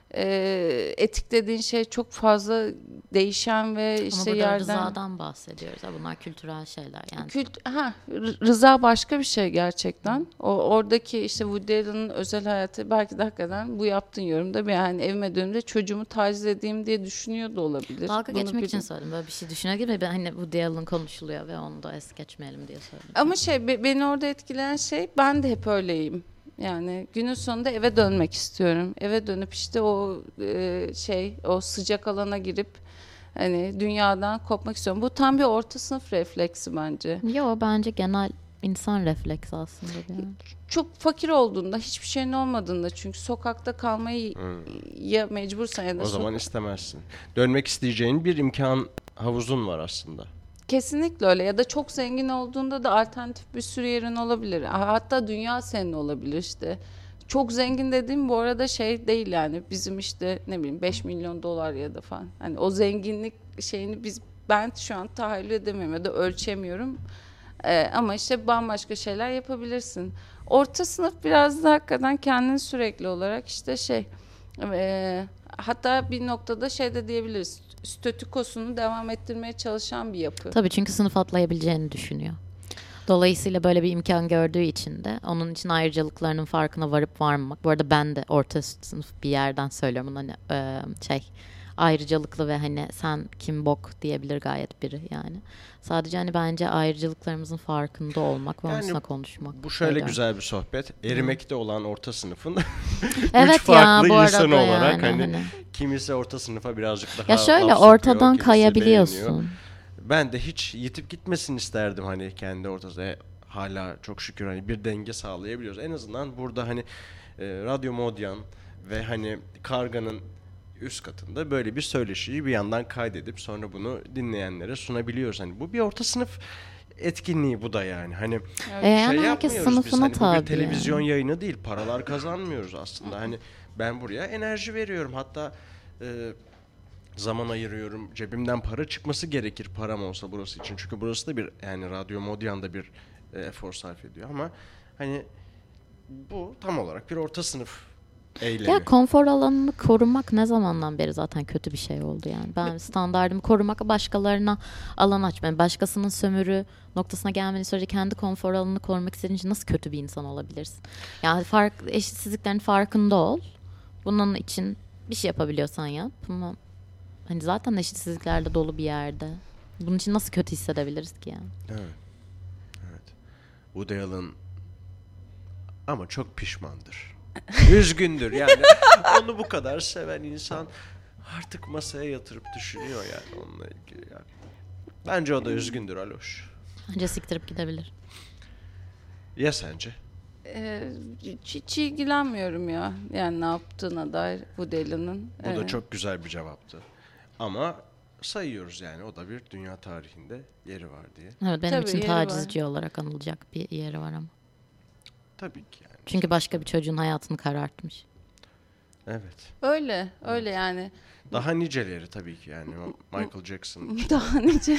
etik dediğin şey çok fazla değişen ve işte ama burada yerden... rızadan bahsediyoruz. Bunlar kültürel şeyler yani. Rıza başka bir şey gerçekten. Oradaki işte Woody Allen'ın özel hayatı belki de hakikaten bu yaptığın yorumda bir, yani evime döndüğümde çocuğumu taciz edeyim diye düşünüyor da olabilir. Dalga geçmek için söyledim. Böyle bir şey düşünüyor gibi, ben hani Woody Allen konuşuluyor ve onu da es geçmeyelim diye söyledim. Ama beni orada etkileyen ben de hep öyleyim. Yani günün sonunda eve dönmek istiyorum. Eve dönüp işte o sıcak alana girip hani dünyadan kopmak istiyorum. Bu tam bir orta sınıf refleksi bence. Yo, bence genel insan refleksi aslında. Yani. Çok fakir olduğunda, hiçbir şeyin olmadığında, çünkü sokakta kalmayı ya mecbursan ya da o zaman istemezsin. Dönmek isteyeceğin bir imkan havuzun var aslında. Kesinlikle öyle. Ya da çok zengin olduğunda da alternatif bir sürü yerin olabilir. Hatta dünya senin olabilir işte. Çok zengin dediğim bu arada değil yani. Bizim işte ne bileyim 5 milyon dolar ya da falan. Hani o zenginlik şeyini ben şu an tahayyül edemiyorum ya da ölçemiyorum. Ama işte bambaşka şeyler yapabilirsin. Orta sınıf biraz da hakikaten kendini sürekli olarak işte hatta bir noktada de diyebiliriz. Statükosunu devam ettirmeye çalışan bir yapı. Tabii, çünkü sınıf atlayabileceğini düşünüyor. Dolayısıyla böyle bir imkan gördüğü için de onun için ayrıcalıklarının farkına varıp varmamak. Bu arada ben de orta sınıf bir yerden söylüyorum. Hani ayrıcalıklı ve hani sen kim bok diyebilir gayet biri yani. Sadece hani bence ayrıcalıklarımızın farkında olmak ve yani onunla konuşmak. Bu şöyle güzel bir sohbet. Erimekte olan orta sınıfın evet, üç farklı bu insan arada olarak yani, hani kimisi orta sınıfa birazcık daha ya şöyle laf ortadan sokuyor, kayabiliyorsun. beğeniyor. Ben de hiç yitip gitmesin isterdim hani kendi ortasında. Hala çok şükür hani bir denge sağlayabiliyoruz. En azından burada hani Radyo Modyan ve hani Karga'nın üst katında böyle bir söyleşiyi bir yandan kaydedip sonra bunu dinleyenlere sunabiliyoruz. Hani bu bir orta sınıf etkinliği bu da yani. Hani herkes sınıfına biz. Hani bu bir televizyon yayını değil. Paralar kazanmıyoruz aslında. Hani ben buraya enerji veriyorum. Hatta zaman ayırıyorum. Cebimden para çıkması gerekir param olsa burası için. Çünkü burası da bir yani Radyo Modyan'da bir efor sarf ediyor ama hani bu tam olarak bir orta sınıf eylemi. Ya konfor alanını korumak ne zamandan beri zaten kötü bir şey oldu yani. Ben standardımı korumak, başkalarına alan açmayayım. Başkasının sömürü noktasına gelmediği sürece kendi konfor alanını korumak istediğin için nasıl kötü bir insan olabilirsin? Yani eşitsizliklerin farkında ol. Bunun için bir şey yapabiliyorsan yap. Ama hani zaten eşitsizliklerle dolu bir yerde. Bunun için nasıl kötü hissedebiliriz ki yani? Evet. Woody Allen ama çok pişmandır. Üzgündür yani. Onu bu kadar seven insan artık masaya yatırıp düşünüyor yani onunla ilgili yani. Bence o da üzgündür Aloş. Bence siktirip gidebilir. Ya sence? Hiç ilgilenmiyorum ya. Yani ne yaptığına dair Woody Allen'ın. Bu da çok güzel bir cevaptı. Ama sayıyoruz yani, o da bir dünya tarihinde yeri var diye. Evet, benim Tabii, için yeri tacizci olarak anılacak bir yeri var ama. Tabii ki yani. Çünkü başka bir çocuğun hayatını karartmış. Evet. Öyle yani. Daha niceleri tabii ki yani. Michael Jackson. Daha nice.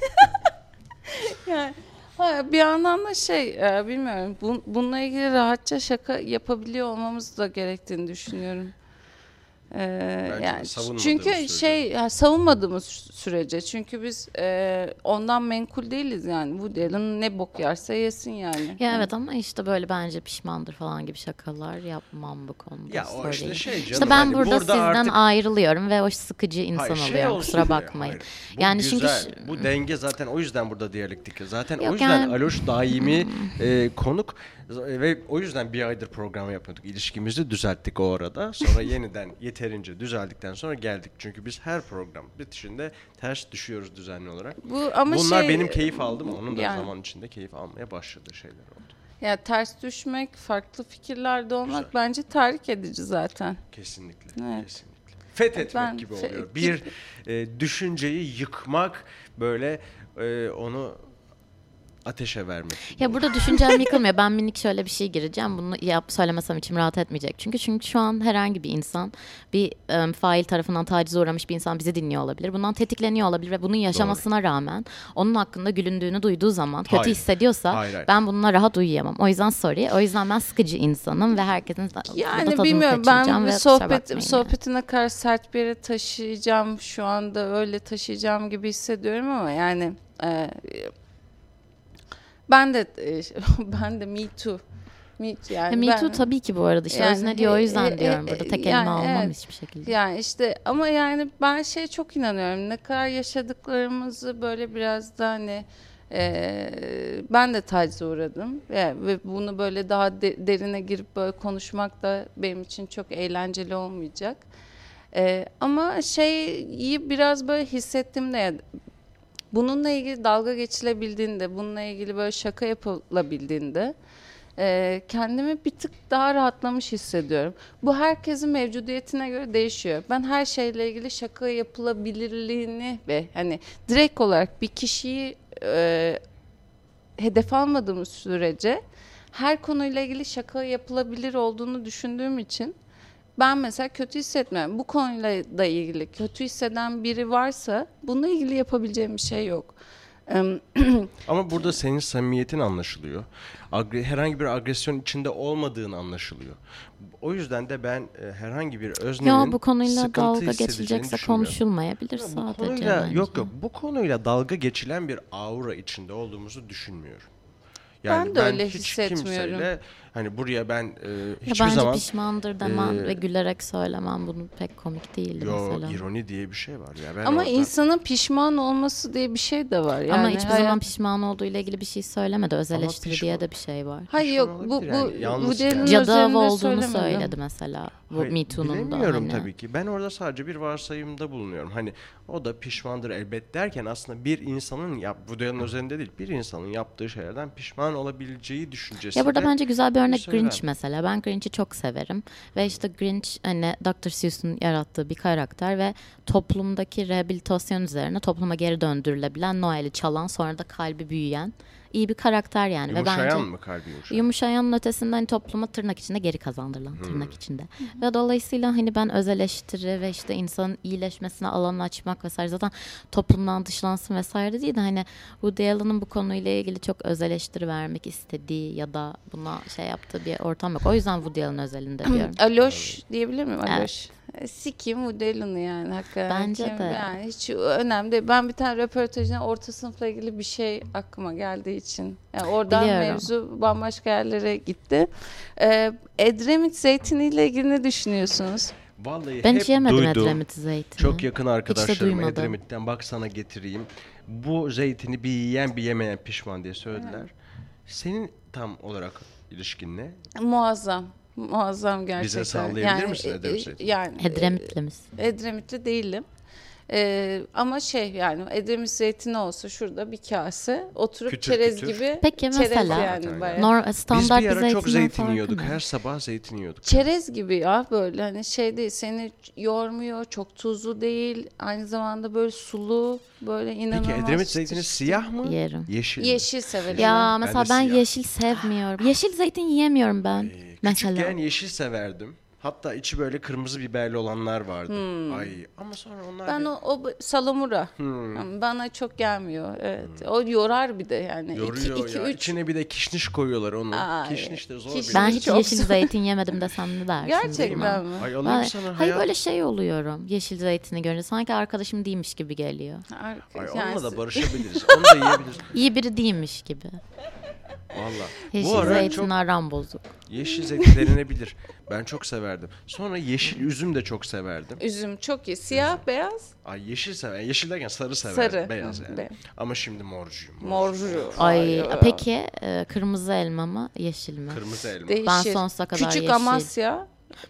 Yani bir yandan da bilmiyorum. Bununla ilgili rahatça şaka yapabiliyor olmamız da gerektiğini düşünüyorum. Yani çünkü savunmadığımız sürece, çünkü biz ondan menkul değiliz yani. Woody Allen ne bok yerse yesin yani. Ya evet, ama işte böyle bence pişmandır falan gibi şakalar yapmam bu konuda. Ya o işte canım. İşte ben hani burada sizden artık... ayrılıyorum ve o sıkıcı insan oluyorum. Kusura bakmayın. Bu yani güzel. çünkü Bu denge zaten o yüzden burada diyalektik. Zaten Yok o yüzden yani... Aloş daimi konuk ve o yüzden bir aydır program yapıyorduk. İlişkimizi düzelttik o arada. Sonra yeniden yeterince düzeldikten sonra geldik. Çünkü biz her program bitişinde ters düşüyoruz düzenli olarak. Bunlar benim keyif aldım. Onun da yani, zaman içinde keyif almaya başladığı şeyler oldu. Ya ters düşmek, farklı fikirlerde olmak güzel. Bence tahrik edici zaten. Kesinlikle. Evet. Kesinlikle. Fethetmek gibi oluyor. Bir düşünceyi yıkmak, böyle onu ateşe vermek. Ya burada düşüncem yıkılmıyor. Ben minik şöyle bir şey gireceğim. Bunu söylemesem içim rahat etmeyecek. Çünkü şu an herhangi bir insan, bir fail tarafından tacize uğramış bir insan bizi dinliyor olabilir. Bundan tetikleniyor olabilir ve bunun yaşamasına rağmen onun hakkında gülündüğünü duyduğu zaman kötü hissediyorsa hayır. Ben bununla rahat uyuyamam. O yüzden O yüzden ben sıkıcı insanım ve herkesin yani bilmiyorum, ben sohbetine karşı sert bir yere taşıyacağım. Şu anda öyle taşıyacağım gibi hissediyorum ama yani ben de Me Too. Yani Me Too tabii ki bu arada işte özne diyor, o yüzden diyorum burada tek elime almam hiçbir şekilde. Yani işte ama yani ben çok inanıyorum, ne kadar yaşadıklarımızı böyle biraz da hani ben de tacize uğradım ve bunu böyle daha derine girip böyle konuşmak da benim için çok eğlenceli olmayacak. Ama biraz böyle hissettim de, bununla ilgili dalga geçilebildiğinde, bununla ilgili böyle şaka yapılabildiğinde kendimi bir tık daha rahatlamış hissediyorum. Bu herkesin mevcudiyetine göre değişiyor. Ben her şeyle ilgili şaka yapılabilirliğini ve hani direkt olarak bir kişiyi hedef almadığımız sürece her konuyla ilgili şaka yapılabilir olduğunu düşündüğüm için ben mesela kötü hissetmiyorum. Bu konuyla da ilgili kötü hisseden biri varsa bununla ilgili yapabileceğim bir şey yok. Ama burada senin samimiyetin anlaşılıyor. Herhangi bir agresyon içinde olmadığın anlaşılıyor. O yüzden de ben herhangi bir öznenin bu konuyla dalga geçilecekse konuşulmayabilir sadece. Yok bu konuyla dalga geçilen bir aura içinde olduğumuzu düşünmüyorum. Yani ben de öyle hissetmiyorum. Kimseyle, hani buraya ben hiçbir bence zaman... Bence pişmandır demem ve gülerek söylemem, bunu pek komik değildi mesela. İroni diye bir şey var ya. Ama insanın pişman olması diye bir şey de var. Yani ama hiçbir zaman pişman olduğu ile ilgili bir şey söylemedi. Öz eleştiri diye de bir şey var. Hayır yok, bu cadı olduğunu söyledi mesela. Bu Me Too'nun da. Bilemiyorum tabii ki. Ben orada sadece bir varsayımda bulunuyorum. Hani o da pişmandır elbet derken aslında bir insanın Woody Allen üzerinde değil, bir insanın yaptığı şeylerden pişman olabileceği düşüncesi. Ya burada bence güzel bir örnek Grinch mesela. Ben Grinch'i çok severim. Ve işte Grinch hani Dr. Seuss'un yarattığı bir karakter ve toplumdaki rehabilitasyon üzerine topluma geri döndürülebilen, Noel'i çalan, sonra da kalbi büyüyen iyi bir karakter yani. Yumuşayan ve bence, mı kalbi yumuşayan? Yumuşayanın ötesinden hani topluma tırnak içinde geri kazandırılan tırnak içinde. Ve dolayısıyla hani ben öz eleştiri ve işte insanın iyileşmesine alan açmak vesaire zaten toplumdan dışlansın vesaire değil de hani Woody Allen'ın bu konuyla ilgili çok öz eleştiri vermek istediği ya da buna yaptığı bir ortam yok. O yüzden Woody Allen özelinde diyorum. Aloş diyebilir miyim? Aloş. Evet. Sikim Woody Allen'ı yani hakikaten. Bence de. Yani hiç önemli değil. Ben bir tane röportajına orta sınıfla ilgili bir şey aklıma geldiği için. Yani oradan mevzu bambaşka yerlere gitti. Edremit zeytiniyle ilgili ne düşünüyorsunuz? Vallahi ben hep hiç yemedim duydum. Edremit zeytini. Çok yakın arkadaşlarım Edremit'ten bak sana getireyim. Bu zeytini bir yiyen bir yemeyen pişman diye söylediler. Senin tam olarak ilişkin ne? Muazzam. Muazzam gerçekten. Bize sallayabilir misin Edremit zeytini? Yani Edremitli misin? Edremitli değilim. Ama yani Edremit zeytini olsa şurada bir kase oturup Kütür çerez kütür. gibi. Peki çerez mesela yani bayağı. Biz standart bir bir ara çok zeytinden zeytin farkı yiyorduk. ne? Her sabah zeytin yiyorduk. Çerez gibi ya, böyle hani şey değil, seni yormuyor, çok tuzlu değil, aynı zamanda böyle sulu, böyle inanılmaz. Peki Edremit çıtır zeytini çıtır. siyah mı? Yerim. Yeşil mi? Yeşil severim. Ya ben. mesela de ben siyah. yeşil sevmiyorum. Yeşil zeytin yiyemiyorum ben. Mesela. Küçükken yeşil severdim. Hatta içi böyle kırmızı biberli olanlar vardı. Ay ama sonra onlar Ben o salamura. Yani bana çok gelmiyor. Evet. O yorar bir de yani. yoruyor 2 ya. 3. İçine bir de kişniş koyuyorlar onu. Ay, Kişniş de zor kişniş. bir Ben şey. hiç Çok yeşil zor. zeytin yemedim desem ne dersin? Gerçekten mi? Ay alayım Hayır, sana hayır hayat. böyle şey oluyorum. Yeşil zeytini görünce sanki arkadaşım değilmiş gibi geliyor. Ay Yani onunla da barışabiliriz. Onu da yiyebiliriz. İyi biri değilmiş gibi. Valla. Yeşil Bu ara zeytin çok aram bozuk. yeşil zeytin denenebilir. Ben çok severdim. Sonra yeşil üzüm de çok severdim. Üzüm çok iyi. Siyah, beyaz, Ay yeşil sever. Yeşil derken sarı sever. sarı. Beyaz Hı, yani. beyaz. Ama şimdi morcuyum. Morcu. Ay peki kırmızı elma mı yeşil mi? Kırmızı elma. Değişir. Ben sonsuza kadar Küçük yeşil. Amasya.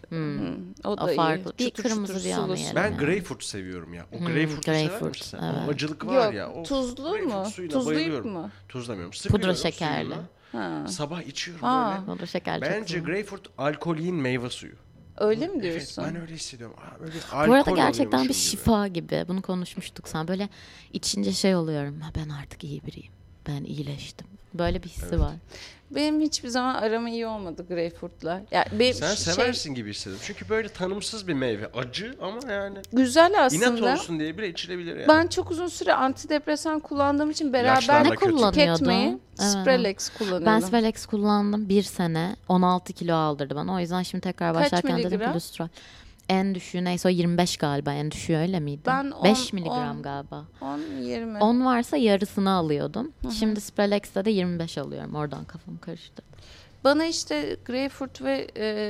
O da O farklı. iyi. Bir Çıtır kırmızı çıtır bir sulu anı sulu. yerim. Ben Yani. greyfurt seviyorum ya. O greyfurtu sever greyfurt, misin sen? evet. O acılık var Yok, ya. Of, tuzlu greyfurt mu? suyuna Tuzlayıp bayılıyorum. mı? Tuzlamıyorum. Pudra Sıkıyorum şekerli. suyuna. Ha. Sabah içiyorum Aa. böyle. O da şeker çok Bence güzel. greyfurt alkolin meyve suyu. Öyle mi Evet diyorsun? ben öyle hissediyorum. Böyle Bu arada alkol gerçekten bir alıyormuşum gibi. şifa gibi. Bunu konuşmuştuk sen. Böyle içince şey oluyorum. Ha, ben artık iyi biriyim. Ben iyileştim. Böyle bir hissi var. Benim hiçbir zaman aram iyi olmadı greyfurtla. Yani benim Sen seversin gibi hissediyorum. Çünkü böyle tanımsız bir meyve. Acı ama yani güzel inat aslında. olsun diye bile içilebilir yani. Ben çok uzun süre antidepresan kullandığım için beraber İlaçlarla Ne kötü. kullanıyordun? tüketmeyi Evet. Sprelex kullanıyordum. Ben Spelex kullandım 1 sene. 16 kilo aldırdı bana. O yüzden şimdi tekrar Kaç başlarken dedim miligram? kolesterol. En düşüğü neyse o 25 galiba. En düşüğü öyle miydi? Ben 5 on- miligram on- galiba. 10-20. 10 varsa yarısını alıyordum. Şimdi Sprelex'te de 25 alıyorum. Oradan kafam karıştı. Bana işte greyfurt ve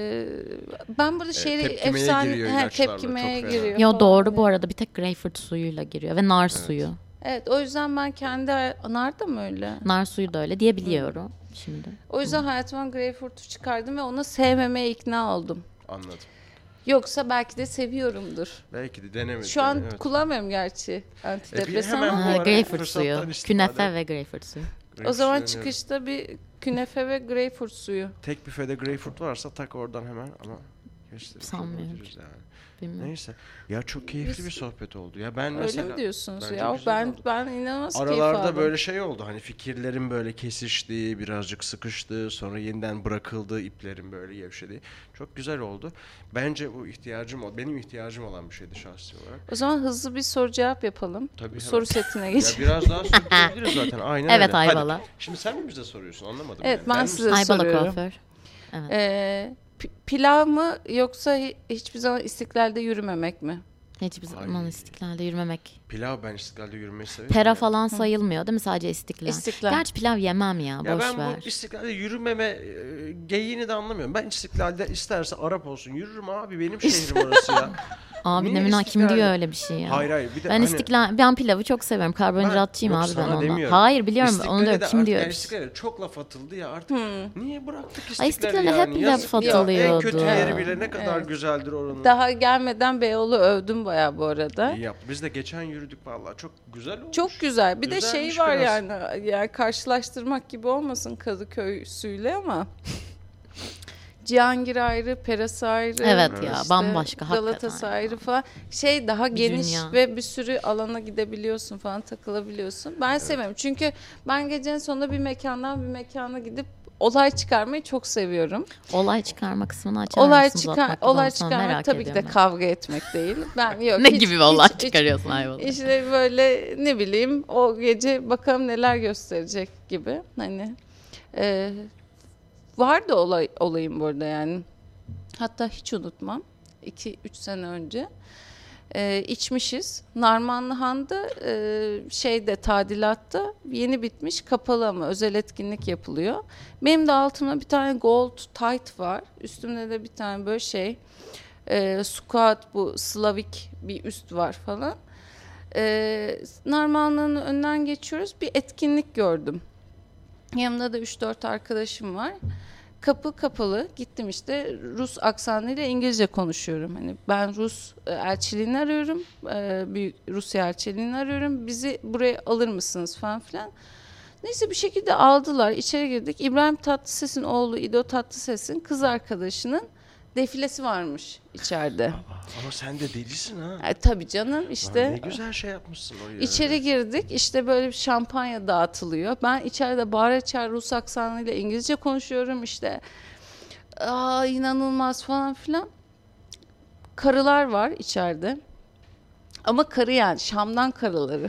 ben burada tepkimeye giriyor ilaçlarla, tepkimeye çok fena. giriyor. Yo falan. doğru bu arada bir tek greyfurt suyuyla giriyor ve nar suyu. Evet, o yüzden ben kendi nar da mı öyle? Nar suyu da öyle diye biliyorum şimdi. O yüzden hayatımdan greyfurtu çıkardım ve onu sevmemeye ikna oldum. Anladım. Yoksa belki de seviyorumdur. Belki de denemedim. Şu an evet. kullanmıyorum gerçi antidepresan hemen ama bu ara Greyfurt fırsattan suyu. istifade- Künefe ve greyfurt suyu. o zaman Greyfurt suyu çıkışta bir künefe ve greyfurt suyu. tek büfede greyfurt varsa tak oradan hemen ama Sanmıyorum. yani. Bilmiyorum. Neyse. Ya çok keyifli Biz- bir sohbet oldu. Ya ben Öyle mesela mi diyorsunuz bence ya? güzel oldu. Ben inanılmaz keyif Aralarda aldım. böyle şey oldu hani fikirlerin böyle kesiştiği, birazcık sıkıştığı, sonra yeniden bırakıldığı, iplerin böyle gevşediği. Çok güzel oldu. Bence bu benim ihtiyacım olan bir şeydi şahsi olarak. O zaman hızlı bir soru cevap yapalım. Tabii, Bu hemen. soru setine Ya geçelim. biraz daha sürdürebiliriz zaten. Aynen Evet, öyle. Ayvala. Hadi. Şimdi sen mi bize soruyorsun? Anlamadım. Evet, yani. ben mi size Aybala soruyorum. kuaför. Evet. Pilav mı yoksa hiçbir zaman istiklalde yürümemek mi? Hiçbir zaman Ay. istiklalde yürümemek. Pilav ben istiklalde yürümeyi severim. Pera ya. falan sayılmıyor değil mi? Sadece istiklal. İstiklal. Gerçi pilav yemem ya. Ya Boş ben ver. bu istiklalde yürümeme geyiğini de anlamıyorum. Ben istiklalde isterse Arap olsun yürürüm abi, benim şehrim orası ya. Abi Niye ne münasebet, kim istiklalde? diyor öyle bir şey ya? Hayır bir de Ben hani, istiklal, ben pilavı çok seviyorum. Karbonhidratçıyım yok, abi ben sana ondan. demiyorum. Hayır biliyorum onu İstiklale diyorum. de Kim artık diyor? yani istiklale çok laf atıldı ya artık. Niye bıraktık istiklali Ay, istiklale yani? hep laf Yazık ya. En kötü atılıyordu. yeri bile ne kadar Evet. güzeldir oranın. Daha gelmeden Beyoğlu övdüm bayağı bu arada. İyi yaptı. Biz de geçen yürüdük vallahi, çok güzel olmuş. Çok güzel. Bir de Güzelmiş şey var biraz. yani karşılaştırmak gibi olmasın Kadıköy'süyle ama Cihangir ayrı, Perası ayrı. Evet ya, bambaşka Galatası hakikaten. ayrı falan. Şey daha Bir geniş dünya. ve bir sürü alana gidebiliyorsun falan, takılabiliyorsun. Ben seviyorum. Çünkü ben gecenin sonunda bir mekandan bir mekana gidip olay çıkarmayı çok seviyorum. Olay çıkarma kısmını açar Olay mısınız? olay Sonra çıkarmak merak tabii ki de ediyorum ben. kavga etmek değil. Ben yok. Ne hiç- gibi bir olay hiç- çıkarıyorsun Ayvalı? İşte böyle ne bileyim o gece bakalım neler gösterecek gibi. Hani vardı olayım burada yani. Hatta hiç unutmam. 2-3 sene önce içmişiz. Narmanlıhan'da şeyde tadilatta yeni bitmiş, kapalı ama özel etkinlik yapılıyor. Benim de altımda bir tane gold tight var. Üstümde de bir tane böyle şey squat, bu Slavik bir üst var falan. Narmanlıhan'ın önünden geçiyoruz. Bir etkinlik gördüm. Yanımda da 3-4 arkadaşım var. kapı kapalı. Gittim işte Rus aksanıyla İngilizce konuşuyorum. Hani ben Rus elçiliğini arıyorum. Büyük Rusya elçiliğini arıyorum. Bizi buraya alır mısınız falan filan. Neyse bir şekilde aldılar. İçeri girdik. İbrahim Tatlıses'in oğlu İdo Tatlıses'in kız arkadaşının defilesi varmış içeride. Ama sen de delisin ha. Tabii canım Lan işte. ne güzel şey yapmışsın oraya. İçeri girdik. İşte böyle bir şampanya dağıtılıyor. Ben içeride bağıra çağır Rus aksanıyla İngilizce konuşuyorum işte. İnanılmaz falan filan. Karılar var içeride. Ama karı yani Şam'dan karıları.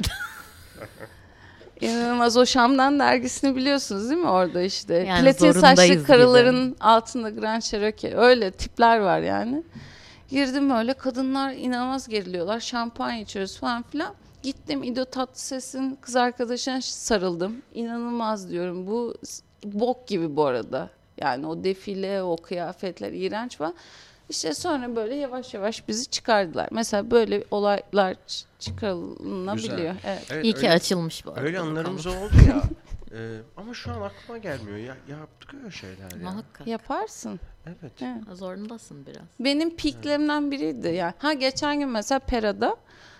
İnanılmaz, o Şam'dan dergisini biliyorsunuz değil mi orada işte. Yani Platin zorundayız saçlı karıların gibi. altında Grand Cherokee. Öyle tipler var yani. Girdim öyle, kadınlar inanılmaz geriliyorlar. Şampanya içiyoruz falan filan. Gittim İdo Tatlıses'in kız arkadaşına sarıldım. İnanılmaz diyorum. Bu bok gibi bu arada. Yani o defile, o kıyafetler iğrenç falan. İşte sonra böyle yavaş yavaş bizi çıkardılar. Mesela böyle olaylar çıkarılabiliyor. Güzel. Evet. Evet, İyi ki öyle- açılmış bu arada. Öyle bu anlarımız konu. oldu ya. Ama şu an aklıma gelmiyor. Yaptık öyle şeyler ya. Muhakkak. Yaparsın. Evet. Evet. Zorundasın biraz. Benim peaklerimden biriydi yani. Geçen gün mesela Pera'da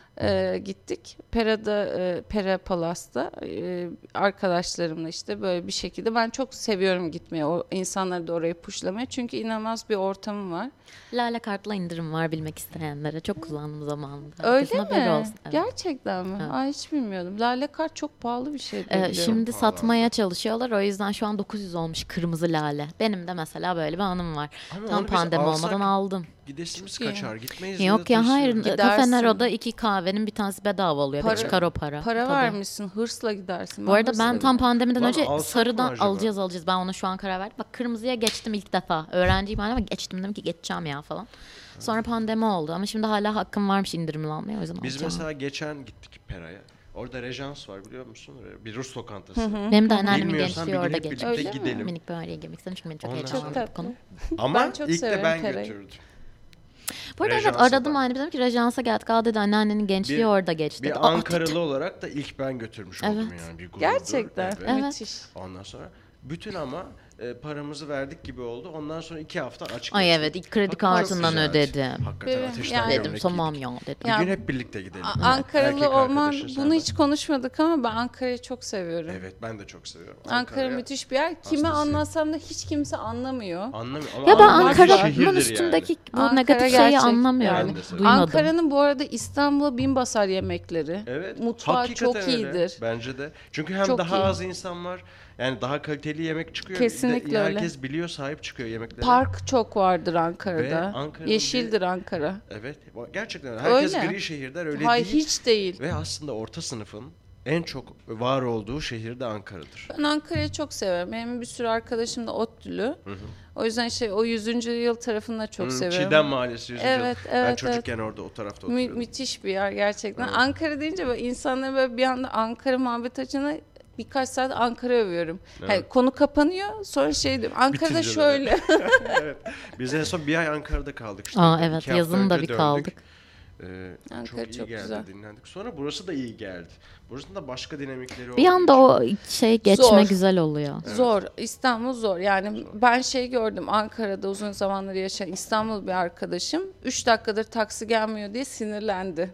gittik. Pera'da Pera Palas'ta arkadaşlarımla işte böyle bir şekilde, ben çok seviyorum gitmeyi, o insanları da oraya puşlamaya çünkü inanılmaz bir ortamı var. Lale kartla indirim var bilmek isteyenlere. Çok kullandım zamanında. Öyle Herkesin haberi mi? olsun. Evet. Gerçekten mi? Evet. Hiç bilmiyordum. Lale kart çok pahalı bir şey diye biliyorum. Şimdi Pahalı. satmaya çalışıyorlar. O yüzden şu an 900 olmuş kırmızı lale. Benim de mesela böyle bir anım var. Ama Tam onu biz pandemi alsak olmadan aldım. Gidesimiz Çok iyi. kaçar. Gitmeyiz. Yok ya, hayır. Gidersin. Kafe Nero'da 2 kahvenin bir tanesi bedava oluyor. Para- Bir çıkar o para. Para Tabii. vermişsin, hırsla gidersin. Bu arada hırsla ben tam pandemiden Lan önce alsak mı sarıdan acaba? alacağız. Ben ona şu an karar verdim. Bak, kırmızıya geçtim ilk defa. Öğrenciyim hala ama geçtim, dedim ki geçeceğim ya falan. Sonra pandemi oldu ama şimdi hala hakkım varmış indirimli almaya, o yüzden Biz alacağım. mesela geçen gittik Pera'ya. Orada Rejans var, biliyor musun? Bir Rus lokantası. Benim de anneannemin Bilmiyorsan gençliği bir gün orada hep geçti. birlikte Öyle mi? gidelim. Minik bir araya girmek istedim çünkü beni çok Ondan heyecanlandı sonra- bu konu. Ama Ben çok ilk de severim ben Pera'yı. götürdüm. Bu arada evet, Rejans'a aradım da. aynı, dedim ki Rejans'a geldik. Dedi anneannenin gençliği Bir- orada geçti. Dedi. Bir Ankaralı olarak da ilk ben götürmüş oldum Evet. yani. Bir gururdur. Gerçekten. Evet. Müthiş. Ondan sonra bütün ama paramızı verdik gibi oldu. Ondan sonra 2 hafta açık. Ay geçti. evet, ilk kredi Bak, kartından çok güzeldi. ödedim. Hakikaten Evet, ateşten yani- Dedim gömlek tamam giydik. ya dedim. Bir Ya- gün hep birlikte gidelim. Ankaralı Erkek olman, arkadaşın sen bunu de. hiç konuşmadık ama ben Ankara'yı çok seviyorum. Evet, ben de çok seviyorum. Ankara Ankara'ya müthiş bir yer. Kime hastasıyım. anlatsam da hiç kimse anlamıyor. Anlamıyorum. Ama Ya ben Ankara bir Ankara'nın şehirdir üstündeki bu Ankara negatif şeyi gerçek, anlamıyorum. ben de seviyorum. Duymadım. Ankara'nın bu arada İstanbul'a bin basar yemekleri. Evet. Mutfağı hakikaten çok öyle. iyidir. Bence de. Çünkü hem Çok daha iyi. az insan var. Yani daha kaliteli yemek çıkıyor. Kesinlikle Bir de öyle. herkes biliyor, sahip çıkıyor yemeklere. Park çok vardır Ve Ankara'da. Ankara'nın Yeşildir Ankara. Evet. Gerçekten öyle. Herkes Öyle. gri şehir der, öyle Hayır, değil. hiç değil. Ve aslında orta sınıfın en çok var olduğu şehir de Ankara'dır. Ben Ankara'yı çok severim. Benim bir sürü arkadaşım da ODTÜ'lü. O yüzden o 100. yıl tarafını da çok seviyorum. Çiğdem Mahallesi 100. Evet, yıl. Ben evet, çocukken orada o tarafta Mü- oturuyordum. müthiş bir yer gerçekten. Evet. Ankara deyince böyle insanlara böyle bir anda Ankara muhabbet açına birkaç saat Ankara övüyorum. Evet. Hani konu kapanıyor, sonra şey diyorum. Ankara'da Bitince de. şöyle. Evet. Biz en son bir ay Ankara'da kaldık işte. Aa, 2 evet, hafta yazın da önce bir döndük. kaldık. Çok Ankara iyi çok geldi, güzel. dinlendik. Sonra burası da iyi geldi. Burasının da başka dinamikleri oldu. Bir anda o şey geçme Zor. güzel oluyor. Zor. İstanbul zor. Yani ben gördüm, Ankara'da uzun zamanlar yaşayan İstanbul bir arkadaşım 3 dakikadır taksi gelmiyor diye sinirlendi.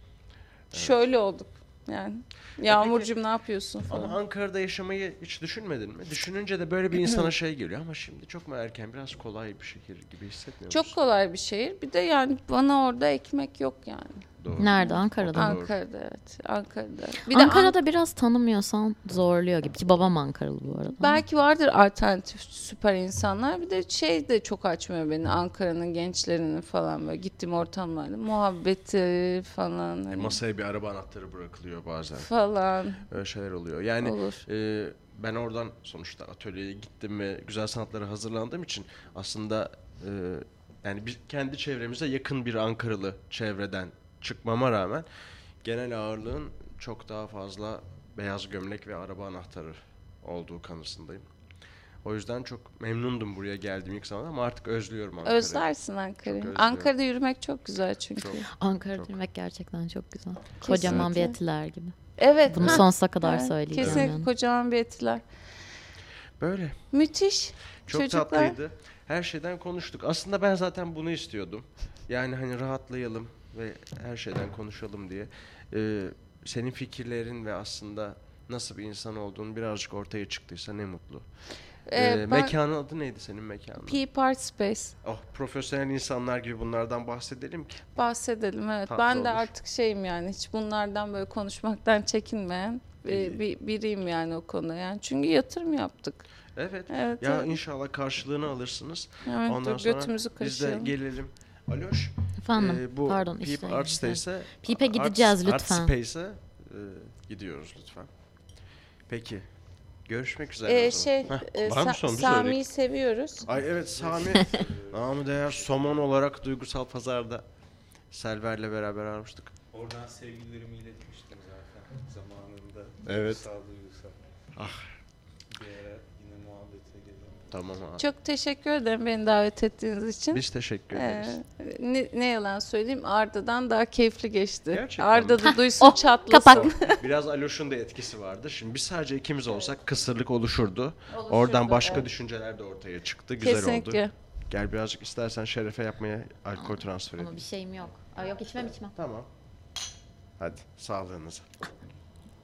Şöyle olduk. Yani Yağmurcuğum ne yapıyorsun falan. Ama Ankara'da yaşamayı hiç düşünmedin mi? Düşününce de böyle bir insana şey geliyor ama şimdi çok mu erken, biraz kolay bir şehir gibi hissetmiyor musun? Çok kolay bir şehir. Bir de yani bana orada ekmek yok yani. Doğru. Nerede? Ankara'da mı? Doğru. Ankara'da evet. Ankara'da. Bir de Ankara'da biraz tanımıyorsan zorluyor gibi. Ki babam Ankaralı bu arada. belki vardır alternatif süper insanlar. Bir de de çok açmıyor beni, Ankara'nın gençlerinin falan böyle gittiğim ortamlarda. Muhabbeti falan. hani Masaya bir araba anahtarı bırakılıyor bazen. falan Öyle şeyler oluyor. Yani olur. ben oradan sonuçta atölyeye gittim ve güzel sanatlara hazırlandığım için aslında yani kendi çevremize yakın bir Ankaralı çevreden çıkmama rağmen genel ağırlığın çok daha fazla beyaz gömlek ve araba anahtarı olduğu kanısındayım. O yüzden çok memnundum buraya geldiğim ilk zaman ama artık özlüyorum Ankara'yı. Özlersin Ankara'yı. Çok özlüyorum. Ankara'da yürümek çok güzel çünkü. Çok. Ankara'da Çok. yürümek gerçekten çok güzel. Kocaman bir Kesinlikle. etiler gibi. Evet. Bunu heh, sonsuza kadar evet, söyleyeceğim. Kesinlikle yani. kocaman bir etiler. Böyle. Müthiş. Çok Çocuklar. tatlıydı. Her şeyden konuştuk. Aslında ben zaten bunu istiyordum. Yani hani rahatlayalım ve her şeyden konuşalım diye. Senin fikirlerin ve aslında nasıl bir insan olduğunu birazcık ortaya çıktıysa ne mutlu. Mekanın adı neydi senin mekanın? Peep Art Space. Oh, profesyonel insanlar gibi bunlardan bahsedelim ki. Bahsedelim, evet. Tatlı Ben de olur. artık şeyim yani, hiç bunlardan böyle konuşmaktan çekinmeyen biriyim yani o konuda. Yani çünkü yatırım yaptık. Evet. Evet, Ya evet. inşallah karşılığını alırsınız. Evet, Ondan dur, sonra götümüzü biz de kaşıyalım. gelelim. Aloş, Efendim, bu pardon, Peep işte Art güzel. Space'e Peep'e gideceğiz Art lütfen. Space'e gidiyoruz lütfen. Peki. Görüşmek üzere o zaman. Var mı son bir Sami'yi söylemek? seviyoruz. Ay evet, Sami. Namı değer somon olarak Duygusal Pazar'da Selver'le beraber almıştık. Oradan sevgilerimi iletmiştim zaten zamanında. Evet. Duygusal. Ah. Bir ara yine muhabbete gelelim. Tamam abi. Çok teşekkür ederim beni davet ettiğiniz için. Biz teşekkür ederiz. Ne yalan söyleyeyim, Arda'dan daha keyifli geçti. Gerçekten Arda mi? da duysun, çatlasın. kapak. Biraz Aloş'un da etkisi vardı. Şimdi biz sadece ikimiz olsak kısırlık oluşurdu. Oluşurdu, Oradan başka evet. düşünceler de ortaya çıktı. Güzel Kesinlikle. oldu. Gel birazcık istersen Şeref'e yapmaya alkol transfer Ama edeyim. bir şeyim yok. Aa, yok içmem. Tamam. Hadi sağlığınıza.